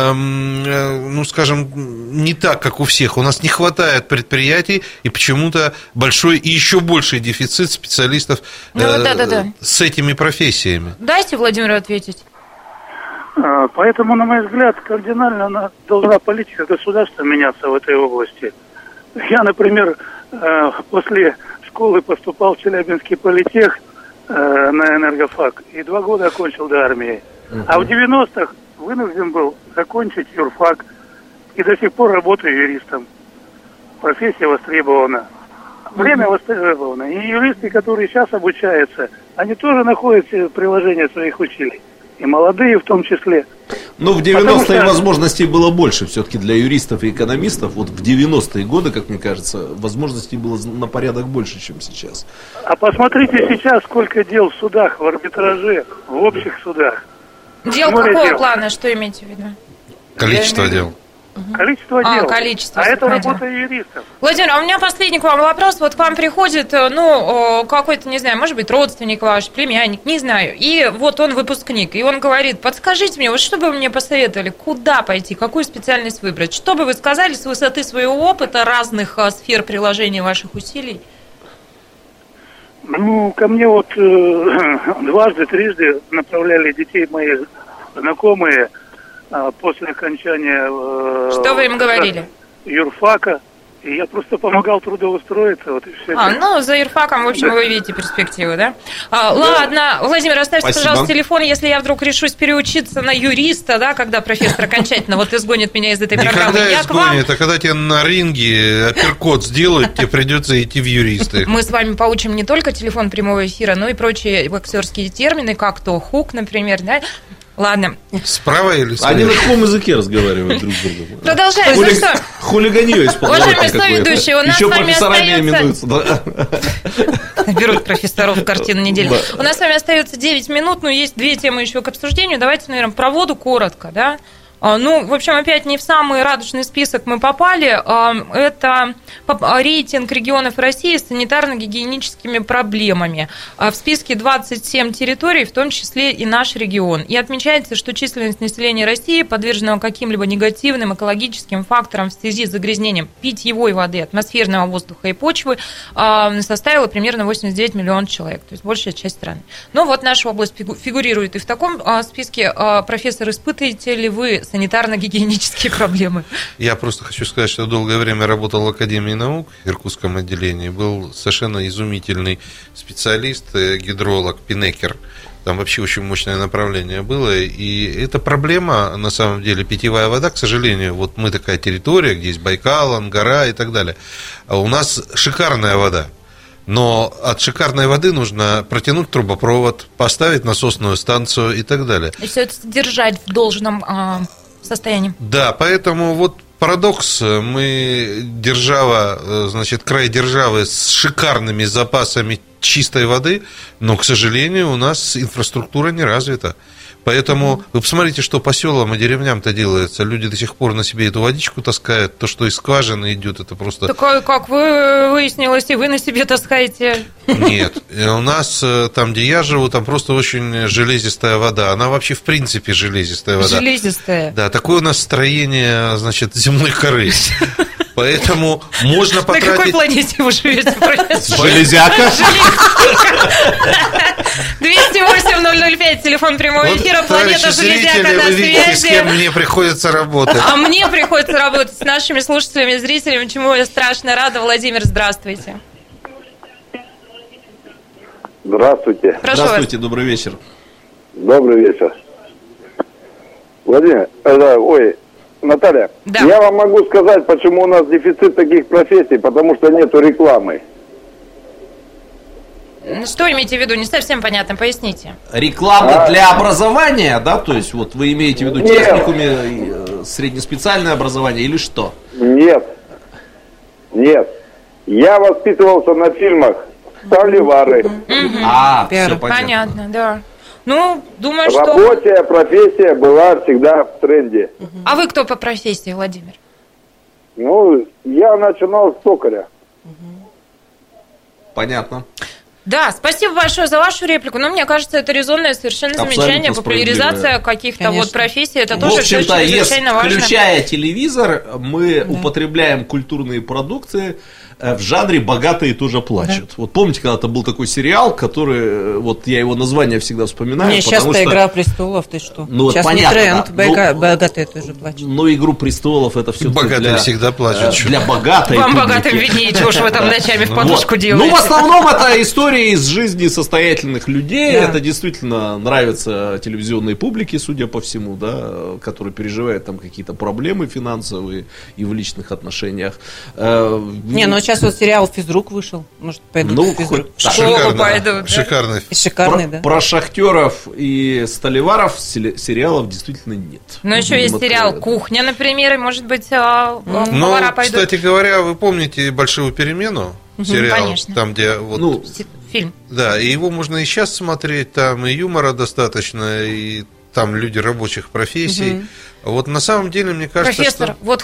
не так, как у всех. У нас не хватает предприятий, и почему-то большой и еще больший дефицит специалистов с этими профессиями. Дайте Владимиру ответить. Поэтому, на мой взгляд, кардинально должна политика государства меняться в этой области. Я, например, после школы поступал в Челябинский политех на энергофак и 2 года окончил до армии. А в 90-х вынужден был закончить юрфак и до сих пор работаю юристом. Профессия востребована. Время востребовано. И юристы, которые сейчас обучаются, они тоже находят приложение своих усилий. И молодые в том числе. Но в 90-е возможностей было больше все-таки для юристов и экономистов. Вот в 90-е годы, как мне кажется, возможностей было на порядок больше, чем сейчас. А посмотрите сейчас, сколько дел в судах, в арбитраже, в общих судах. Дел какого плана, что имеете в виду? Количество дел. Количество дел. Количество. А это работа юристов. Владимир, у меня последний к вам вопрос. Вот к вам приходит, какой-то, не знаю, может быть, родственник ваш, племянник, не знаю. И вот он выпускник. И он говорит, подскажите мне, вот что бы вы мне посоветовали, куда пойти, какую специальность выбрать? Что бы вы сказали с высоты своего опыта, разных сфер приложения ваших усилий? Ко мне вот трижды направляли детей мои знакомые после окончания что вы им говорили? юрфака, и я просто помогал трудоустроиться, вот и все. За юрфаком, в общем, вы видите перспективы, да? Ладно, Владимир, оставьте, пожалуйста, телефон, если я вдруг решусь переучиться на юриста, да, когда профессор окончательно изгонит меня из этой программы. Никогда изгонит, а когда тебя на ринге апперкот сделают, тебе придется идти в юристы. Мы с вами поучим не только телефон прямого эфира, но и прочие боксерские термины, как то хук, например, да? Ладно. Справа или слева? Они на каком языке разговаривают друг с другом? Продолжаем. Хулиганье из подворотни какое-то. Уважаемые соведущие, у нас еще с вами профессорами именуются. Берут профессоров в картину недели. У нас с вами остается 9 минут, но есть 2 темы еще к обсуждению. Давайте, наверное, про воду коротко, да? В общем, опять не в самый радужный список мы попали. Это рейтинг регионов России с санитарно-гигиеническими проблемами. В списке 27 территорий, в том числе и наш регион. И отмечается, что численность населения России, подверженного каким-либо негативным экологическим факторам в связи с загрязнением питьевой воды, атмосферного воздуха и почвы, составила примерно 89 миллионов человек, то есть большая часть страны. Но вот наша область фигурирует и в таком списке. Профессор, испытываете ли вы санитарно-гигиенические проблемы? Я просто хочу сказать, что долгое время работал в Академии наук в Иркутском отделении. Был совершенно изумительный специалист, гидролог Пинекер. Там вообще очень мощное направление было. И это проблема, на самом деле, питьевая вода, к сожалению. Вот мы такая территория, где есть Байкал, Ангара и так далее. А у нас шикарная вода. Но от шикарной воды нужно протянуть трубопровод, поставить насосную станцию и так далее. И все это держать в должном состоянии. Да, поэтому вот парадокс. Мы держава, значит, край державы с шикарными запасами чистой воды, но, к сожалению, у нас инфраструктура не развита. Поэтому вы посмотрите, что по селам и деревням-то делается. Люди до сих пор на себе эту водичку таскают. То, что из скважины идет, это просто... Такое, как вы выяснилось, и вы на себе таскаете. Нет. У нас, там, где я живу, там просто очень железистая вода. Она вообще, в принципе, железистая вода. Железистая. Да, такое у нас строение, значит, земной коры. Поэтому можно потратить... На какой планете вы живете? Железяка? 208-005, телефон прямого эфира, планета Железяка на вы видите, с кем связи. мне приходится работать. А мне приходится работать с нашими слушателями, зрителями, чему я страшно рада. Владимир, здравствуйте. Здравствуйте. Прошу Здравствуйте, вас. добрый вечер. Добрый вечер. Владимир, Наталья, Да. я вам могу сказать, почему у нас дефицит таких профессий, потому что нету рекламы. Что имеете в виду? Не совсем понятно, поясните. Реклама для образования, да? То есть вот вы имеете в виду Нет. техникуме, среднеспециальное образование или что? Нет. Я воспитывался на фильмах «Сталевары». Все понятно. Понятно, да. Ну, думаю, что... Рабочая профессия была всегда в тренде. А вы кто по профессии, Владимир? Ну, я начинал с токаря. Понятно. Да, спасибо большое за вашу реплику. Но мне кажется, это резонное совершенно Абсолютно замечание. Популяризация справедливое. каких-то Конечно. вот профессий, это В тоже общем-то, чрезвычайно важно. включая телевизор, мы употребляем культурные продукты в жанре «богатые тоже плачут». Вот помните, когда-то был такой сериал, который, вот я его название всегда вспоминаю. Не, потому сейчас-то что... «Игра престолов», ты что? Ну, Сейчас понятно, не тренд, да. богатые тоже плачут. Но «Игру престолов» это все Богатые всегда плачут. для богатой Вам, публики. богатым, виднее, чего ж вы там ночами в подушку Вот. делаете. Ну, в основном это история из жизни состоятельных людей. Да. Это действительно нравится телевизионной публике, судя по всему, да, которые переживают там какие-то проблемы финансовые и в личных отношениях. Не, ну сейчас вот сериал «Физрук» вышел. Может, пойдут Ну, в «Физрук». хоть так. Школу пойдут, да? Шикарный. И шикарный, да. Про шахтеров и столеваров сериалов действительно нет. Но еще есть Вот, сериал «Кухня», например, и, может быть, Ну, повара пойдут. кстати говоря, вы помните «Большую перемену»? Сериал, конечно. там, где вот... Ну, Фильм. Да, и его можно и сейчас смотреть, там и юмора достаточно, и там люди рабочих профессий. Вот на самом деле, мне кажется, Профессор, что... вот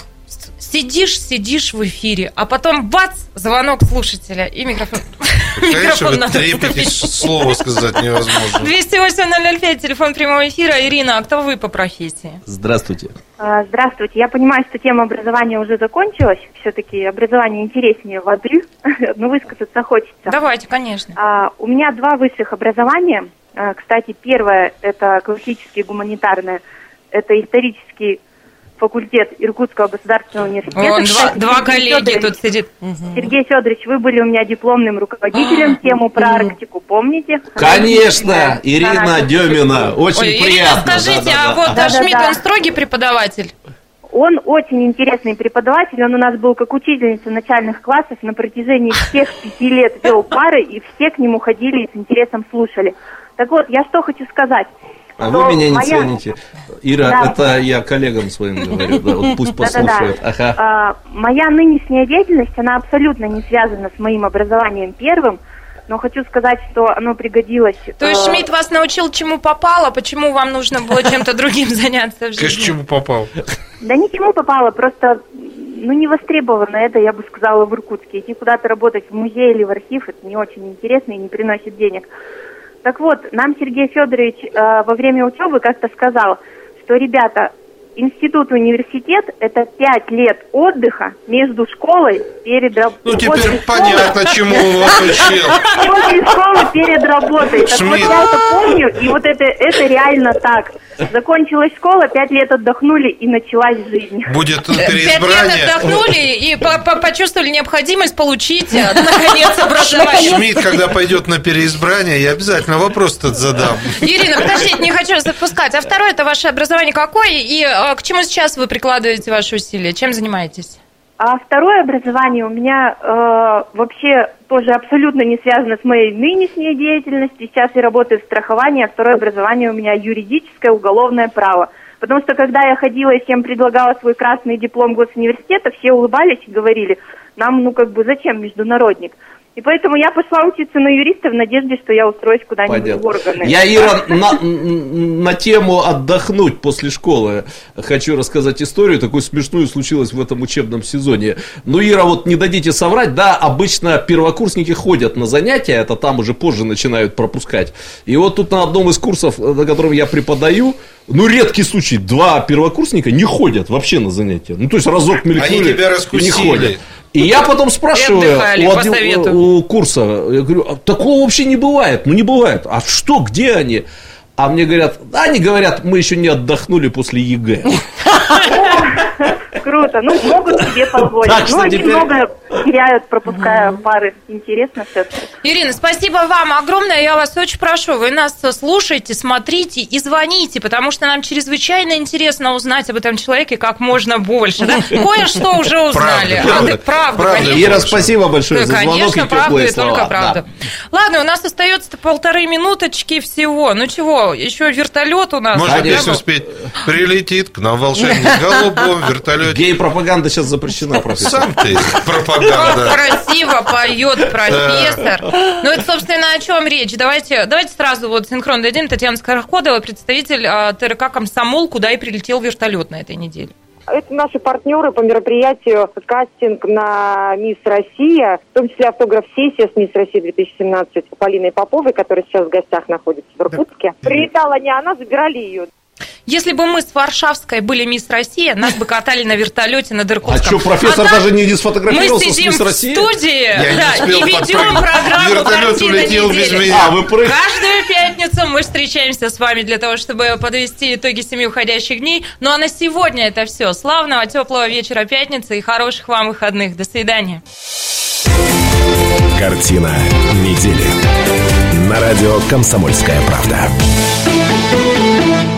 сидишь в эфире, а потом бац, звонок слушателя, и микрофон. Конечно, Микрофон вы надо трепетесь, вставить. слово сказать невозможно. 208-005, телефон прямого эфира. Ирина, а кто вы по профессии? здравствуйте. Здравствуйте. Я понимаю, что тема образования уже закончилась. Все-таки образование интереснее воды, но высказаться хочется. Давайте, конечно. У меня 2 высших образования. Кстати, первое – это классическое гуманитарное. Это исторический факультет Иркутского государственного университета. Вон, Кстати, два Сергей коллеги Федорович, тут сидит. Сергей Федорович, вы были у меня дипломным руководителем. Тему про Арктику помните? Конечно, Ирина Демина. Очень Ой, Ирина, приятно. скажите, Да-да-да. а вот Да-да-да. Шмидт, он строгий преподаватель? Он очень интересный преподаватель, он у нас был как учительница начальных классов, на протяжении всех 5 лет вел пары, и все к нему ходили и с интересом слушали. Так вот, я что хочу сказать. А что вы меня не моя- цените. Ира, Да. это я коллегам своим говорю. Да, вот пусть послушают. Да-да-да. Ага. Моя нынешняя деятельность, она абсолютно не связана с моим образованием первым, но хочу сказать, что оно пригодилось. То есть Шмидт вас научил, чему попало, почему вам нужно было чем-то другим заняться в жизни? Конечно, чему попал. Да ничему попало, просто не востребовано это, я бы сказала, в Иркутске. Идти куда-то работать в музей или в архив, это не очень интересно и не приносит денег. Так вот, нам Сергей Федорович во время учебы как-то сказал, что, ребята, институт, университет – это 5 лет отдыха между школой перед работой. Ну, теперь понятно, чему он вас учил. После школы перед работой. Так вот я это помню, и вот это реально так. Закончилась школа, 5 лет отдохнули, и началась жизнь. Будет переизбрание. 5 лет отдохнули и почувствовали необходимость получить, наконец, образование. Шмидт, когда пойдет на переизбрание, я обязательно вопрос этот задам. Ирина, подождите, не хочу запускать. А второе, это ваше образование какое? И к чему сейчас вы прикладываете ваши усилия? Чем занимаетесь? А второе образование у меня вообще тоже абсолютно не связано с моей нынешней деятельностью. Сейчас я работаю в страховании, а второе образование у меня юридическое, уголовное право. Потому что когда я ходила и всем предлагала свой красный диплом госуниверситета, все улыбались и говорили, нам, зачем международник? И поэтому я пошла учиться на юриста в надежде, что я устроюсь куда-нибудь в органы. Я, Ира, на тему отдохнуть после школы хочу рассказать историю. Такую смешную случилось в этом учебном сезоне. Ну, Ира, вот не дадите соврать, да, обычно первокурсники ходят на занятия, это там уже позже начинают пропускать. И вот тут на одном из курсов, на котором я преподаю, редкий случай, 2 первокурсника не ходят вообще на занятия. Ну, то есть разок мелькнули. Они тебя раскусили. И не ходят. И я потом спрашиваю у курса, я говорю, такого вообще не бывает, не бывает. А что, где они? А мне говорят, они говорят, мы еще не отдохнули после ЕГЭ. Круто, могут себе позволить. Они много теряют, пропуская пары. Интересно все-таки. Ирина, спасибо вам огромное. Я вас очень прошу, вы нас слушайте, смотрите и звоните, потому что нам чрезвычайно интересно узнать об этом человеке как можно больше. Да? Кое-что уже узнали. Правда. Ира, спасибо большое за звонок. Конечно, правда и только правда. Ладно, у нас остается 1,5 минуточки всего. Ну чего, еще вертолет у нас. Может, если успеть, прилетит к нам волшебник в голубом вертолете. Гей-пропаганда сейчас запрещена, профессор. Сам ты пропаганда. Красиво поет профессор. Ну, это, собственно, о чем речь. Давайте сразу синхрон дадим. Татьяна Скороходова, представитель ТРК «Комсомол», куда и прилетел вертолет на этой неделе. Это наши партнеры по мероприятию «Кастинг на Мисс Россия», в том числе автограф-сессия с Мисс России 2017 Полиной Поповой, которая сейчас в гостях находится в Иркутске. Прилетала не она, забирали ее. Если бы мы с Варшавской были Мисс Россия, нас бы катали на вертолете над Иркутском. А что, профессор даже не сфотографировался с Мисс Мы Россией? сидим в студии и ведем программу «Картина недели». Каждую пятницу мы встречаемся с вами для того, чтобы подвести итоги 7 уходящих дней. Ну а на сегодня это все. Славного, теплого вечера пятницы и хороших вам выходных. До свидания. Картина недели. На радио «Комсомольская правда».